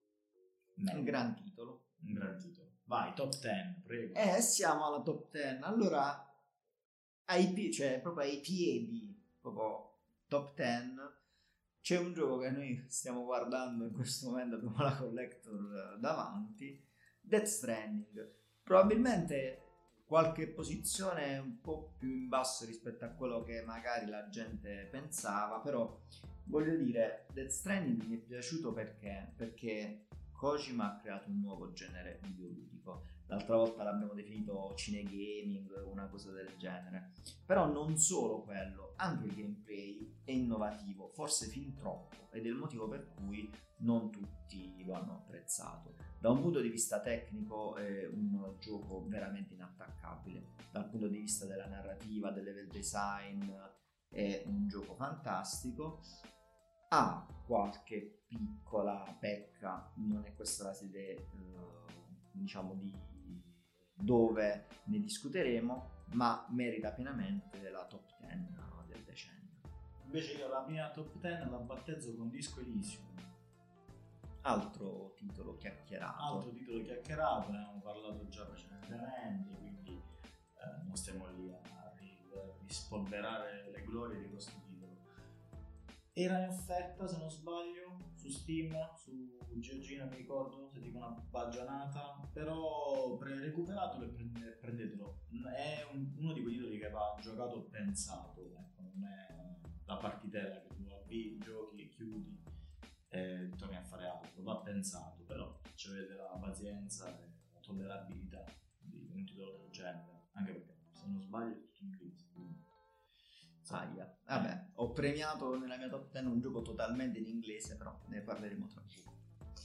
un gran titolo. Un gran titolo. Vai, top dieci, prego. Eh, siamo alla top dieci. Allora, ai pi- cioè proprio ai piedi, proprio top dieci, c'è un gioco che noi stiamo guardando in questo momento, abbiamo la collector davanti, Death Stranding. Probabilmente qualche posizione un po' più in basso rispetto a quello che magari la gente pensava, però voglio dire, Death Stranding mi è piaciuto perché? Perché Kojima ha creato un nuovo genere videoludico. L'altra volta l'abbiamo definito cinegaming, una cosa del genere. Però non solo quello, anche il gameplay è innovativo, forse fin troppo, ed è il motivo per cui non tutti lo hanno apprezzato. Da un punto di vista tecnico è un gioco veramente inattaccabile, dal punto di vista della narrativa, del level design è un gioco fantastico. Ha qualche piccola pecca, non è questa la sede eh, diciamo di dove ne discuteremo, ma merita pienamente la top dieci del decennio. Invece io la mia top dieci la battezzo con Disco Elysium. Altro titolo chiacchierato. Altro titolo chiacchierato, ne abbiamo parlato già precedentemente, quindi eh, non stiamo lì a rispolverare le glorie di questo titolo. Era in offerta, se non sbaglio, su Steam, su G O G, non mi ricordo se dico una baggianata, però pre- recuperatelo e prende- prendetelo. È un- uno di quei titoli che va giocato pensato, ecco, non è la partitella che tu avvii, giochi e chiudi e torni a fare altro, va pensato, però ci avete la pazienza e la tollerabilità di un titolo del genere, anche perché se non sbaglio è tutto in inglese, quindi Aia. Vabbè, ho premiato nella mia top dieci un gioco totalmente in inglese, però ne parleremo tra poco.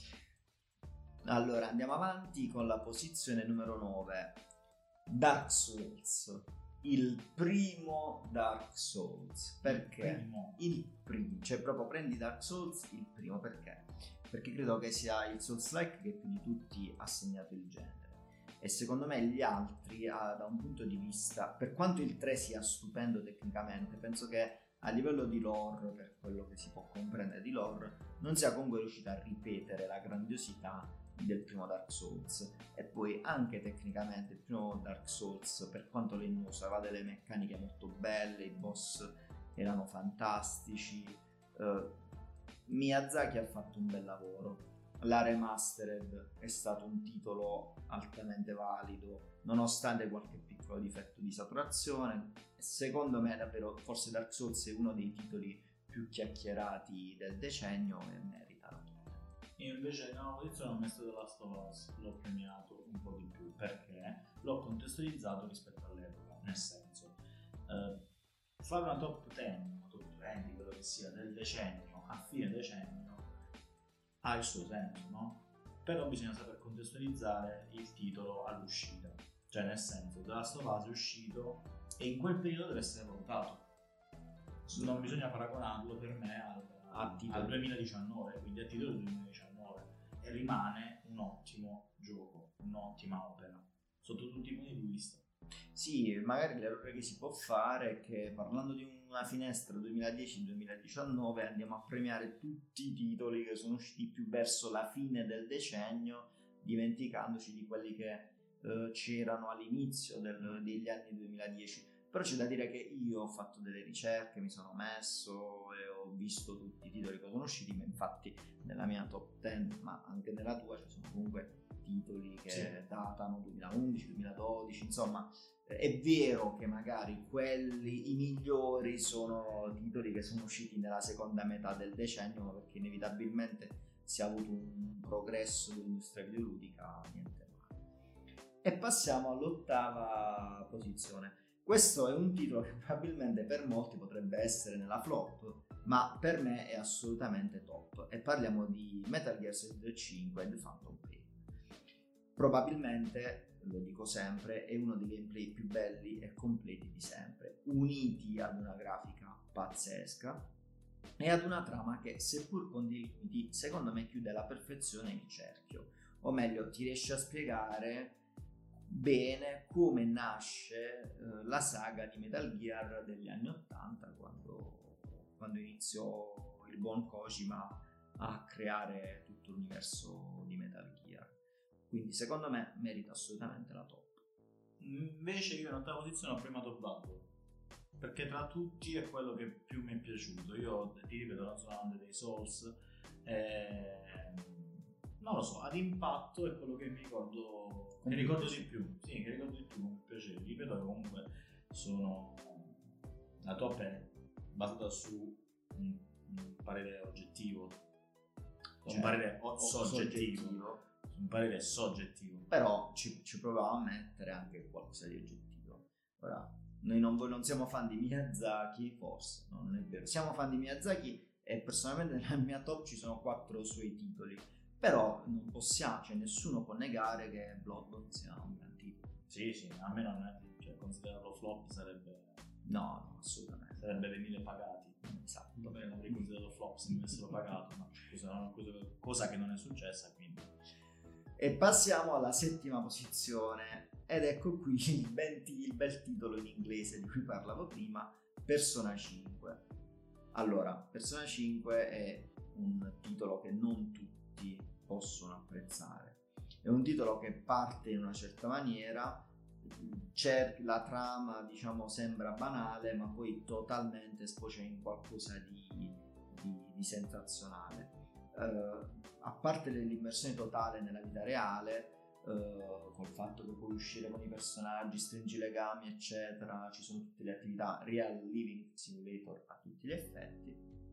Allora, andiamo avanti con la posizione numero nove. Dark Souls. Il primo Dark Souls. Perché? Il primo. Il primo. Cioè proprio prendi Dark Souls il primo. Perché? Perché credo che sia il Souls-like che più di tutti ha segnato il genere. E secondo me gli altri, da un punto di vista, per quanto il tre sia stupendo tecnicamente, penso che a livello di lore, per quello che si può comprendere di lore, non sia comunque riuscita a ripetere la grandiosità del primo Dark Souls. E poi anche tecnicamente il primo Dark Souls, per quanto legnoso, aveva delle meccaniche molto belle, i boss erano fantastici, uh, Miyazaki ha fatto un bel lavoro. La Remastered è stato un titolo altamente valido, nonostante qualche piccolo difetto di saturazione. Secondo me davvero forse Dark Souls è uno dei titoli più chiacchierati del decennio e merita la top. Io invece nella posizione ho messo The Last of Us, l'ho premiato un po' di più perché l'ho contestualizzato rispetto all'epoca, nel senso eh, fare una top dieci, una top venti, quello che sia, del decennio a fine decennio ha il suo senso, no? Però bisogna saper contestualizzare il titolo all'uscita, cioè nel senso The Last of Us è uscito e in quel periodo deve essere valutato, non bisogna paragonarlo per me al, a titolo al duemiladiciannove, quindi a titolo del duemiladiciannove, e rimane un ottimo gioco, un'ottima opera sotto tutti i punti di vista. Sì, magari l'errore che si può fare è che parlando di una finestra duemiladieci duemiladiciannove andiamo a premiare tutti i titoli che sono usciti più verso la fine del decennio, dimenticandoci di quelli che eh, c'erano all'inizio del, degli anni duemiladieci. Però c'è da dire che io ho fatto delle ricerche, mi sono messo e ho visto tutti i titoli che sono usciti, ma infatti nella mia top dieci, ma anche nella tua, ci sono comunque titoli che sì. datano duemilaundici duemiladodici, insomma. È vero che magari quelli, i migliori, sono titoli che sono usciti nella seconda metà del decennio, ma perché inevitabilmente si è avuto un progresso dell'industria videoludica, niente male. E passiamo all'ottava posizione. Questo è un titolo che probabilmente per molti potrebbe essere nella flop, ma per me è assolutamente top. E parliamo di Metal Gear Solid cinque e The Phantom Pain. Probabilmente, lo dico sempre, è uno dei gameplay più belli e completi di sempre, uniti ad una grafica pazzesca e ad una trama che, seppur con dei limiti, secondo me chiude alla perfezione il cerchio, o meglio ti riesce a spiegare bene come nasce eh, la saga di Metal Gear degli anni ottanta, quando, quando iniziò il buon Kojima a creare tutto l'universo di Metal Gear. Quindi secondo me merita assolutamente la top. Invece io in ottava posizione ho primato Bloodborne, perché tra tutti è quello che più mi è piaciuto. Io ti ripeto, non sono amante dei Souls, eh, non lo so, ad impatto è quello che mi ricordo, che ricordo di più, sì, che ricordo di più con piacere. Ripeto che comunque sono, la top è basata su un, un parere oggettivo, cioè, un parere o- soggettivo. soggettivo. Un parere soggettivo, però ci, ci proviamo a mettere anche qualcosa di oggettivo. Ora, noi non, non siamo fan di Miyazaki, forse, no, non è vero, siamo fan di Miyazaki e personalmente nella mia top ci sono quattro suoi titoli, però non possiamo, cioè nessuno può negare che Bloodborne sia un gran titolo. Sì, sì, a me non è, cioè considerarlo flop sarebbe... No, no, assolutamente. Sarebbe dei mille pagati. Esatto. Vabbè, non avrei considerato flop se mi avessero pagato, ma cosa, cosa, cosa che non è successa, quindi... E passiamo alla settima posizione, ed ecco qui il, ben, il bel titolo in inglese di cui parlavo prima, Persona cinque. Allora, Persona cinque è un titolo che non tutti possono apprezzare. È un titolo che parte in una certa maniera, la trama diciamo sembra banale, ma poi totalmente sfocia in qualcosa di, di, di sensazionale. Uh, a parte l'immersione totale nella vita reale, uh, col fatto che puoi uscire con i personaggi, stringi legami eccetera, ci sono tutte le attività, real living simulator a tutti gli effetti.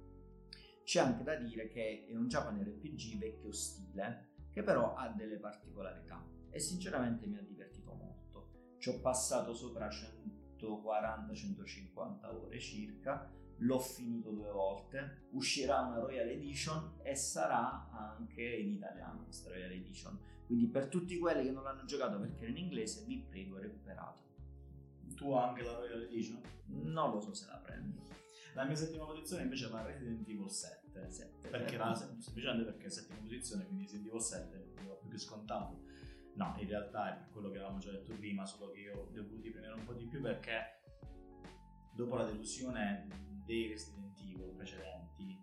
C'è anche da dire che è un Japan R P G vecchio stile, che però ha delle particolarità e sinceramente mi ha divertito molto. Ci ho passato sopra centoquaranta centocinquanta ore circa, l'ho finito due volte, uscirà una Royal Edition e sarà anche in italiano questa Royal Edition, quindi per tutti quelli che non l'hanno giocato perché era in inglese vi prego recuperatelo. Tu anche la Royal Edition? Non lo so se la prendo. La mia settima posizione invece va a Resident Evil sette, sette perché la, semplicemente perché è settima posizione, quindi Resident Evil sette l'ho più che scontato. No, in realtà è per quello che avevamo già detto prima, solo che io devo voluto premiare un po' di più perché dopo la delusione dei Resident Evil precedenti,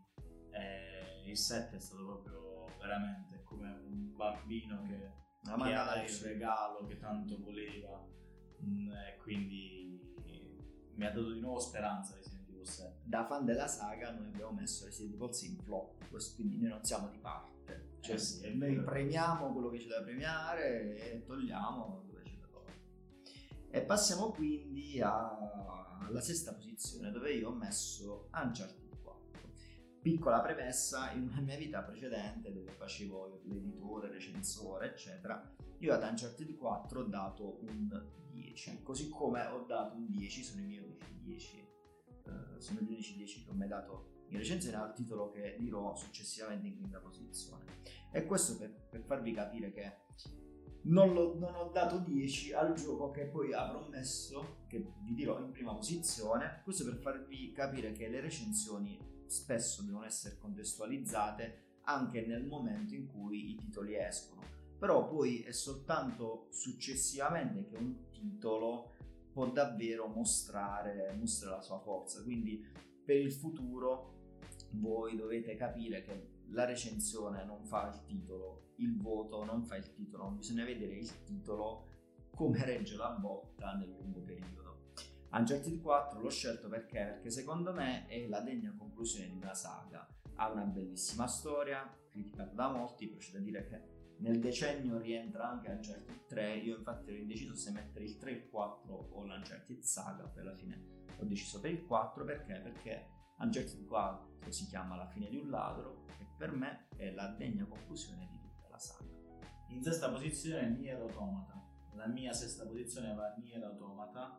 eh, il sette è stato proprio veramente come un bambino che, che ha il regalo che tanto voleva, mm, e quindi mi ha dato di nuovo speranza Resident Evil sette. Da fan della saga noi abbiamo messo Resident Evil sei in flop, quindi noi non siamo di parte, cioè eh sì, noi vero. Premiamo quello che c'è da premiare e togliamo dove c'è da togliere. E passiamo quindi a... alla sesta posizione, dove io ho messo Uncharted quattro. Piccola premessa, in una mia vita precedente dove facevo l'editore, recensore eccetera, io ad Uncharted quattro ho dato un dieci, così come ho dato un dieci, sono i miei unici dieci, uh, sono gli unici dieci che ho mai dato in recensione al titolo che dirò successivamente in quinta posizione. E questo per, per farvi capire che Non, lo, non ho dato dieci al gioco che poi avrò messo, che vi dirò in prima posizione. Questo per farvi capire che le recensioni spesso devono essere contestualizzate anche nel momento in cui i titoli escono. però poi è soltanto successivamente che un titolo può davvero mostrare, mostrare la sua forza. Quindi per il futuro voi dovete capire che la recensione non fa il titolo, il voto non fa il titolo, non bisogna vedere il titolo come regge la botta nel lungo periodo. Uncharted quattro l'ho scelto perché? Perché secondo me è la degna conclusione di una saga. Ha una bellissima storia, criticata da molti, però c'è da dire che nel decennio rientra anche Uncharted tre. Io infatti ero indeciso se mettere il tre, il quattro o l'Uncharted Saga, poi alla fine ho deciso per il quattro. Perché? Perché Uncharted quattro si chiama La fine di un ladro e per me è la degna conclusione di tutta la saga. In sesta posizione Nier Automata. La mia sesta posizione va a Nier Automata.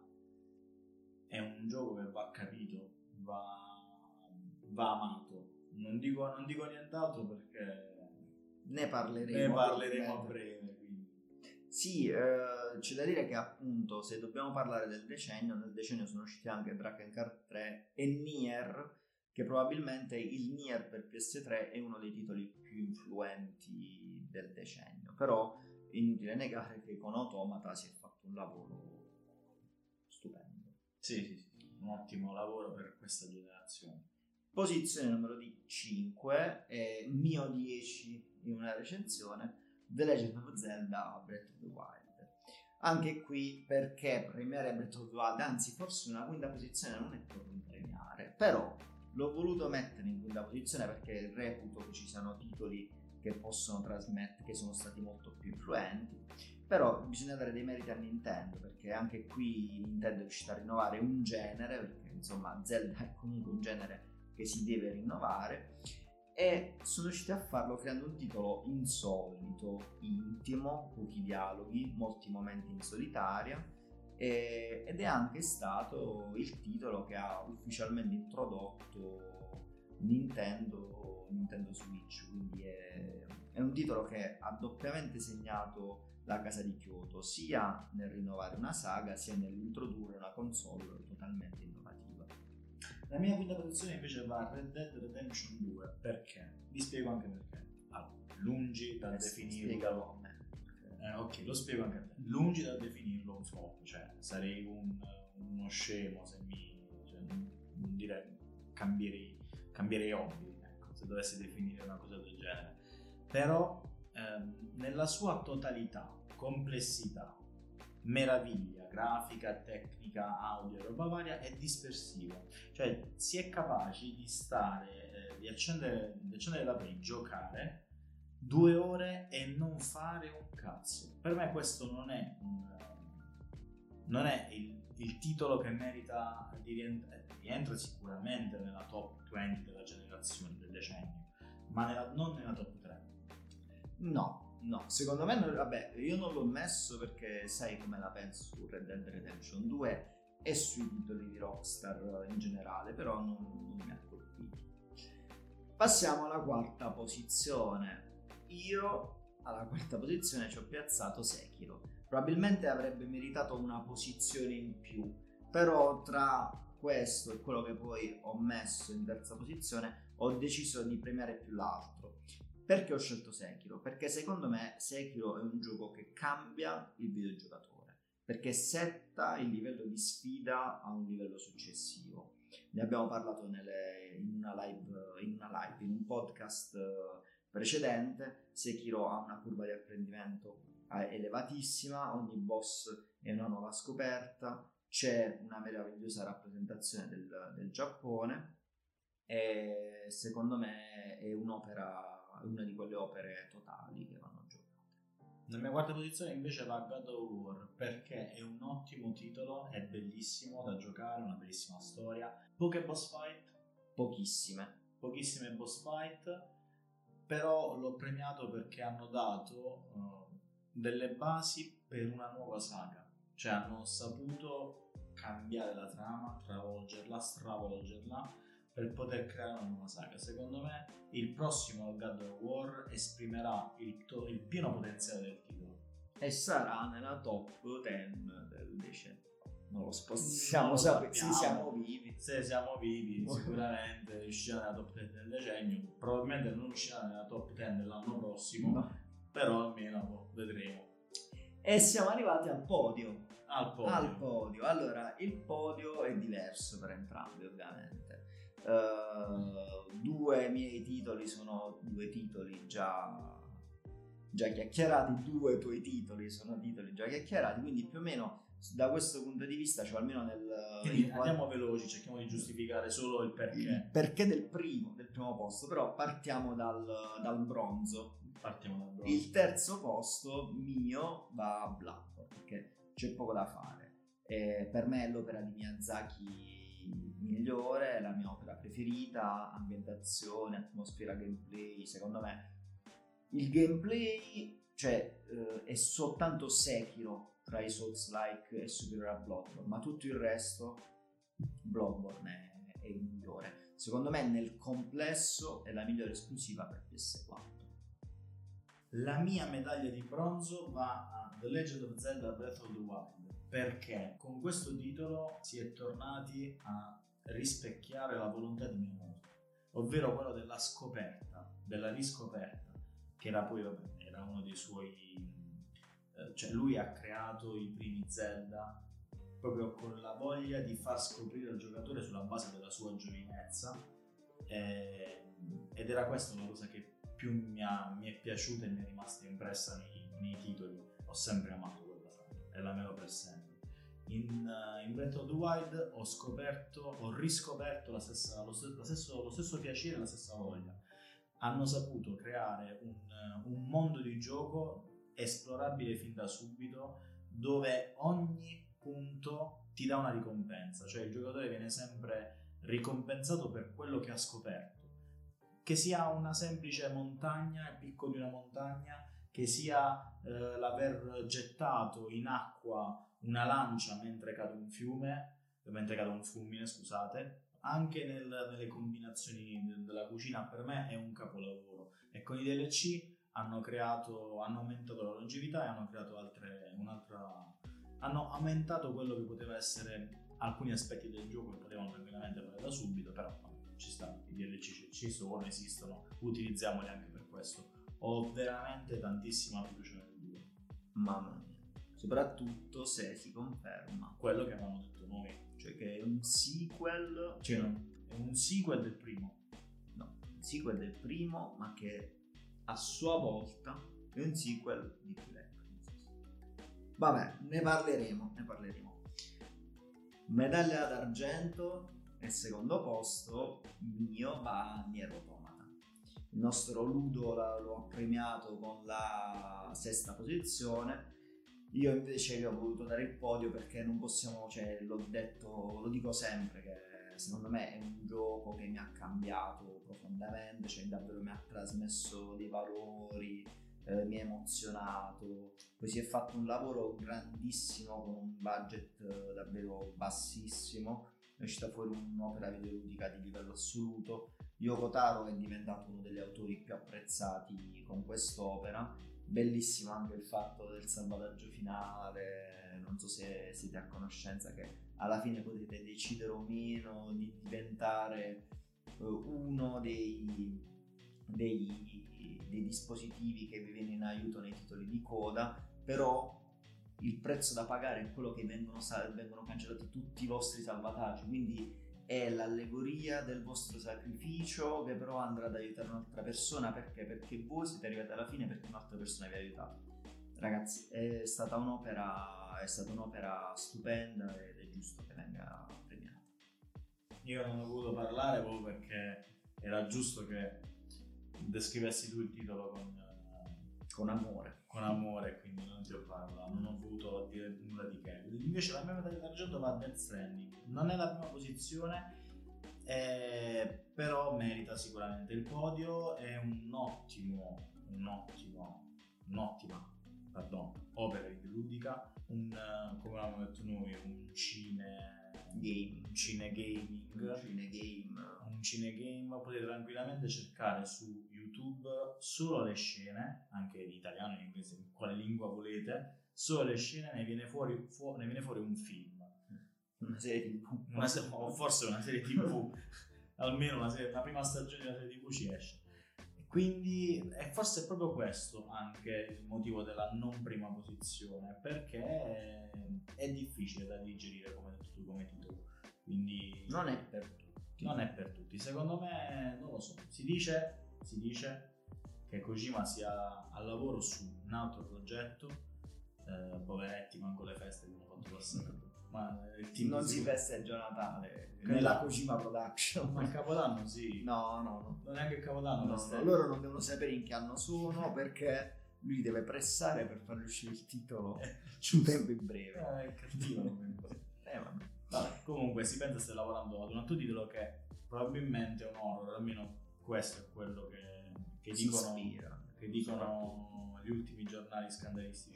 È un gioco che va capito, va, va amato. Non dico, non dico nient'altro perché ne parleremo, ne parleremo a breve. Quindi. Sì, eh, c'è da dire che appunto se dobbiamo parlare del decennio, nel decennio sono usciti anche Drakengard tre e Nier, che probabilmente il Nier per P S tre è uno dei titoli più influenti del decennio, però è inutile negare che con Automata si è fatto un lavoro stupendo. Sì, sì, sì, un ottimo lavoro per questa generazione. Posizione numero cinque, è mio dieci in una recensione, The Legend of Zelda Breath of the Wild. Anche qui perché premiare Breath of the Wild, anzi forse una quinta posizione non è proprio un premiare, però l'ho voluto mettere in quinta posizione perché reputo che ci siano titoli che possono trasmettere, che sono stati molto più influenti. Però bisogna dare dei meriti a Nintendo, perché anche qui Nintendo è riuscita a rinnovare un genere, perché insomma Zelda è comunque un genere che si deve rinnovare, e sono riusciti a farlo creando un titolo insolito, intimo, pochi dialoghi, molti momenti in solitaria, e, ed è anche stato il titolo che ha ufficialmente introdotto Nintendo, Nintendo Switch, quindi è, è un titolo che ha doppiamente segnato la casa di Kyoto, sia nel rinnovare una saga sia nell'introdurre una console totalmente innovativa. La mia quinta posizione invece va a Red Dead Redemption due. Perché? Vi spiego anche perché. Allora, lungi da eh, definirlo a me. Eh, ok, lo spiego anche a te. Lungi da definirlo un flop, cioè sarei un, uno scemo se mi cioè, non direi cambierei, cambierei hobby, ecco, se dovessi definire una cosa del genere. Però ehm, nella sua totalità, complessità, meraviglia grafica, tecnica, audio e roba varia, è dispersivo, cioè si è capaci di stare eh, di accendere, di accendere la play, giocare due ore e non fare un cazzo. Per me questo non è un, non è il, il titolo che merita di rientrare. Rientra sicuramente nella top venti della generazione, del decennio, ma nella, non nella top tre. No, no, secondo me, non, vabbè, io non l'ho messo perché sai come la penso su Red Dead Redemption due e sui titoli di Rockstar in generale, però non, non mi ha colpito. Passiamo alla quarta posizione. Io alla quarta posizione ci ho piazzato Sekiro. Probabilmente avrebbe meritato una posizione in più, però tra questo e quello che poi ho messo in terza posizione ho deciso di premiare più l'altro. Perché ho scelto Sekiro? Perché secondo me Sekiro è un gioco che cambia il videogiocatore, perché setta il livello di sfida a un livello successivo. Ne abbiamo parlato nelle, in, una live, in una live, in un podcast precedente. Sekiro ha una curva di apprendimento elevatissima, ogni boss è una nuova scoperta, c'è una meravigliosa rappresentazione del, del Giappone e secondo me è un'opera, una di quelle opere totali che vanno giocate. La mia quarta posizione invece va a God of War, perché è un ottimo titolo, è bellissimo da giocare, una bellissima storia, poche boss fight, pochissime pochissime boss fight, però l'ho premiato perché hanno dato uh, delle basi per una nuova saga, cioè hanno saputo cambiare la trama, travolgerla, stravolgerla per poter creare una nuova saga. Secondo me il prossimo God of War esprimerà il, to- il pieno potenziale del titolo e sarà nella top dieci del decennio. Non lo spostiamo, non lo sappiamo. Se siamo vivi, se siamo vivi sicuramente uscirà nella top dieci del decennio, probabilmente non uscirà nella top dieci dell'anno prossimo, no. però almeno boh, vedremo. E siamo arrivati al podio. Al podio. Al podio. Allora, il podio è diverso per entrambi, ovviamente. Uh, due miei titoli sono due titoli già, già chiacchierati, due tuoi titoli sono titoli già chiacchierati, quindi più o meno da questo punto di vista, cioè almeno nel... Quindi andiamo veloci, cerchiamo di giustificare solo il perché. Il perché del primo, del primo posto, però partiamo dal, dal bronzo. Partiamo dal bronzo. Il terzo posto mio va a Bloodborne, perché c'è poco da fare. E per me è l'opera di Miyazaki migliore, è la mia opera preferita, ambientazione, atmosfera, gameplay. Secondo me il gameplay, cioè, eh, è soltanto Sekiro tra i Souls-like e superiore a Bloodborne, ma tutto il resto Bloodborne è, è il migliore. Secondo me nel complesso è la migliore esclusiva per P S quattro. La mia medaglia di bronzo va a The Legend of Zelda Breath of the Wild, perché con questo titolo si è tornati a rispecchiare la volontà di Miyamoto, ovvero quello della scoperta, della riscoperta, che era poi vabbè, era uno dei suoi, eh, cioè lui ha creato i primi Zelda proprio con la voglia di far scoprire al giocatore sulla base della sua giovinezza, eh, ed era questa una cosa che più mi, ha, mi è piaciuta e mi è rimasta impressa nei, nei titoli. Ho sempre amato quella saga e la melo per sempre. In, uh, in Breath of the Wild ho scoperto, ho riscoperto la stessa, lo, lo, stesso, lo stesso piacere e la stessa voglia. Hanno saputo creare un, uh, un mondo di gioco esplorabile fin da subito, dove ogni punto ti dà una ricompensa, cioè il giocatore viene sempre ricompensato per quello che ha scoperto, che sia una semplice montagna, il picco di una montagna, che sia eh, l'aver gettato in acqua una lancia mentre cade un fiume, mentre cade un fulmine, scusate. Anche nel, nelle combinazioni de- della cucina, per me è un capolavoro. E con i D L C hanno creato, hanno aumentato la longevità e hanno creato altre, un'altra, hanno aumentato quello che poteva essere alcuni aspetti del gioco che potevano tranquillamente fare da subito, però ci sta, i D L C ci sono, esistono, utilizziamoli anche per questo. Ho veramente tantissima fiducia nel due. Mamma mia, soprattutto se si conferma quello che avevamo detto noi, cioè che è un sequel, cioè no, è un sequel del primo, no, un sequel del primo, ma che a sua volta è un sequel di Twilight Princess. Vabbè, ne parleremo, ne parleremo. Medaglia d'argento. Il secondo posto mio va a Nier Automata. Il nostro Ludo lo ha premiato con la sesta posizione. Io invece gli ho voluto dare il podio perché non possiamo, cioè l'ho detto, lo dico sempre, che secondo me è un gioco che mi ha cambiato profondamente, cioè davvero mi ha trasmesso dei valori, eh, mi ha emozionato. Poi si è fatto un lavoro grandissimo con un budget eh, davvero bassissimo. È uscita fuori un'opera videoludica di livello assoluto. Yoko Taro è diventato uno degli autori più apprezzati con quest'opera. Bellissimo anche il fatto del salvataggio finale, non so se siete a conoscenza che alla fine potete decidere o meno di diventare uh, uno dei, dei, dei dispositivi che vi viene in aiuto nei titoli di coda, però il prezzo da pagare è quello che vengono, vengono cancellati tutti i vostri salvataggi, quindi è l'allegoria del vostro sacrificio che però andrà ad aiutare un'altra persona. Perché? Perché voi siete arrivati alla fine perché un'altra persona vi ha aiutato. Ragazzi, è stata un'opera, è stata un'opera stupenda ed è giusto che venga premiata. Io non ho voluto parlare proprio perché era giusto che descrivessi tu il titolo con, con amore. Con amore, quindi non ti ho parlato, non ho voluto dire nulla di che. Invece la mia medaglia d'argento va a Death Stranding. Non è la prima posizione, eh, però merita sicuramente il podio. È un ottimo, un ottimo, un'ottima, pardon, opera videoludica, un, come abbiamo detto noi, un cine game, un cine gaming, un cine game, un cine game. Potete tranquillamente cercare su YouTube solo le scene, anche in italiano, in inglese, in quale lingua volete, solo le scene, ne viene fuori, fu- ne viene fuori un film, una serie tv, una se- o forse una serie tv, almeno una, serie, una prima stagione della serie tv ci esce. E Quindi è forse proprio questo anche il motivo della non prima posizione, perché è difficile da digerire, come hai detto tu, come titolo. Quindi non è per tutti. Non è per tutti. Secondo me, non lo so. Si dice, si dice che Kojima sia al lavoro su un altro progetto. Eh, poveretti, manco le feste che hanno fatto passare. Ma il team non si si festeggia Natale Nella- nella Kojima Production. Ma il Capodanno sì. No, no, no. Non neanche il Capodanno. No, le no, stelle. loro non devono sapere in che anno sono perché lui deve pressare per fargli uscire il titolo Eh, in tempi brevi. Eh, è cattivo. Eh, vabbè. Vabbè, comunque si pensa stia lavorando ad un altro titolo che probabilmente è un horror, almeno questo è quello che, che Si dicono, ispira, che dicono gli ultimi giornali scandalistici.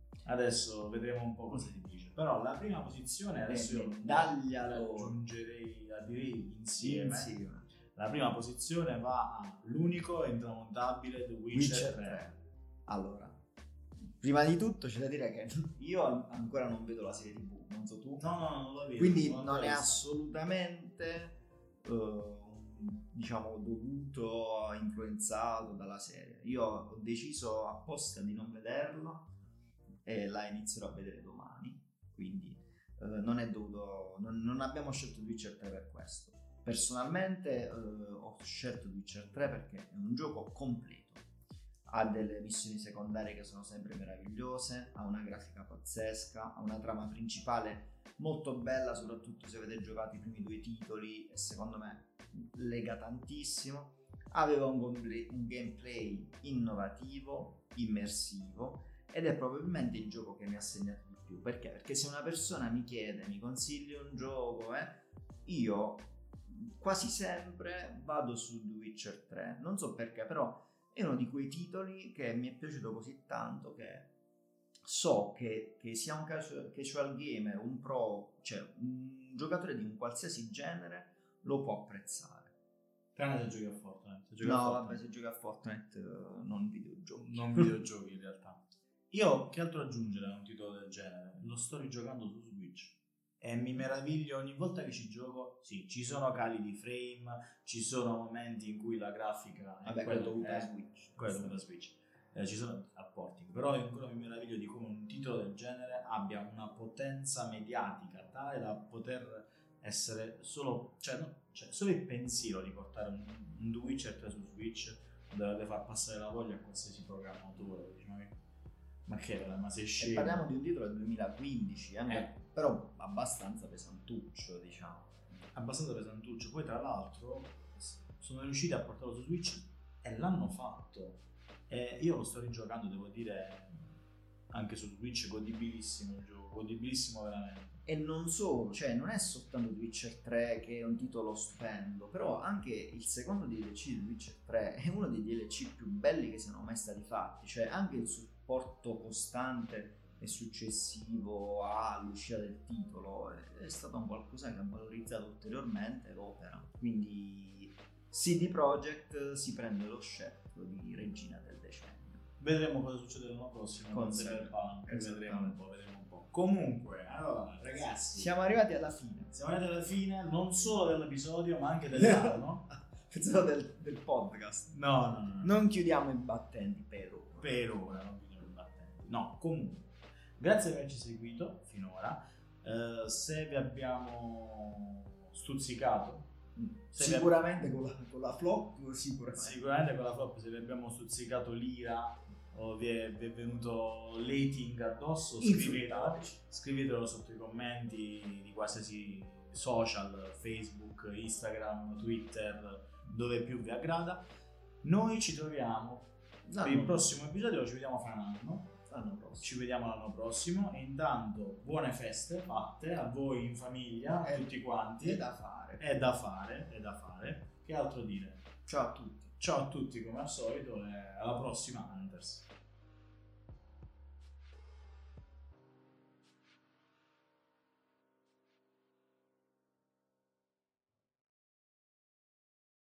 Adesso vedremo un po' cosa si dice. Però la prima posizione adesso io dagli la a loro. aggiungerei, la direi insieme. Insieme. La prima posizione va all'unico e intramontabile The Witcher, Witcher tre. tre. Allora, prima di tutto c'è da dire che io ancora non vedo la serie tivù, non so tu. No, no, non lo vedo. Quindi non non l'ho è vista. assolutamente eh, diciamo dovuto, influenzato dalla serie. Io ho deciso apposta di non vederlo e la inizierò a vedere domani, quindi eh, non è dovuto, non, non abbiamo scelto Witcher tre per questo. Personalmente eh, ho scelto Witcher tre perché è un gioco completo, ha delle missioni secondarie che sono sempre meravigliose, ha una grafica pazzesca, ha una trama principale molto bella, soprattutto se avete giocato i primi due titoli, e secondo me lega tantissimo. Aveva un gameplay, un gameplay innovativo, immersivo, ed è probabilmente il gioco che mi ha segnato di più. Perché? Perché se una persona mi chiede, mi consigli un gioco, eh, io quasi sempre vado su The Witcher tre. Non so perché, però è uno di quei titoli che mi è piaciuto così tanto che so che, che sia un casual, casual gamer, un pro, cioè un giocatore di un qualsiasi genere lo può apprezzare. Tranne se giochi a Fortnite. Se giochi No, a Fortnite. vabbè, se gioca a Fortnite uh, non videogiochi. Non videogiochi in realtà. Io che altro aggiungere a un titolo del genere? Lo sto rigiocando su Switch e mi meraviglio ogni volta che ci gioco. Sì, ci sono cali di frame, ci sono momenti in cui la grafica Vabbè, è quello quella dovuto è, a Switch. quella è dovuta a Switch. Eh, ci sono apporting, però ancora mi meraviglio di come un titolo del genere abbia una potenza mediatica tale da poter essere solo, cioè, no, cioè solo il pensiero di portare un, un The Witcher tre su Switch dovrebbe far passare la voglia a qualsiasi programmatore. Dici, ma, ma che è, ma sei E scemo? parliamo di un titolo del duemilaquindici, anche, Eh. però abbastanza pesantuccio, diciamo. Abbastanza pesantuccio. Poi tra l'altro sono riusciti a portarlo su Switch e l'hanno fatto. E io lo sto rigiocando, devo dire, anche su Switch, godibilissimo il gioco, godibilissimo veramente. E non solo, cioè non è soltanto The Witcher tre che è un titolo stupendo, però anche il secondo D L C di The Witcher tre è uno dei D L C più belli che siano mai stati fatti, cioè anche il supporto costante e successivo all'uscita del titolo è stato un qualcosa che ha valorizzato ulteriormente l'opera. Quindi C D Projekt si prende lo scettro di regina del decennio. Vedremo cosa succede l'anno prossimo con Con Cyberpunk, Cyberpunk. vedremo un po', vedremo un po'. Comunque, allora ragazzi, Siamo arrivati alla fine. siamo arrivati alla fine non solo dell'episodio ma anche dell'anno. Pensavo del, del podcast. No, no, no, no. Non chiudiamo i battenti per ora. Per ora non bisogna battenti. No, comunque, grazie per averci seguito finora. Eh, se vi abbiamo stuzzicato, se vi ab- Sicuramente con la, con la flop, sicuramente. sicuramente con la flop, se vi abbiamo stuzzicato l'ira o vi è, vi è venuto l'ating addosso, scrivetelo, Insultateci. scrivetelo sotto i commenti di qualsiasi social, Facebook, Instagram, Twitter, dove più vi aggrada. Noi ci troviamo No, per il no, prossimo episodio, ci vediamo fra un anno. l'anno prossimo. Ci vediamo l'anno prossimo e intanto buone feste fatte a voi in famiglia, a Eh, tutti quanti. È da fare. È da fare, è da fare. Che altro dire? Ciao a tutti. Ciao a tutti come al solito e alla prossima Hunters.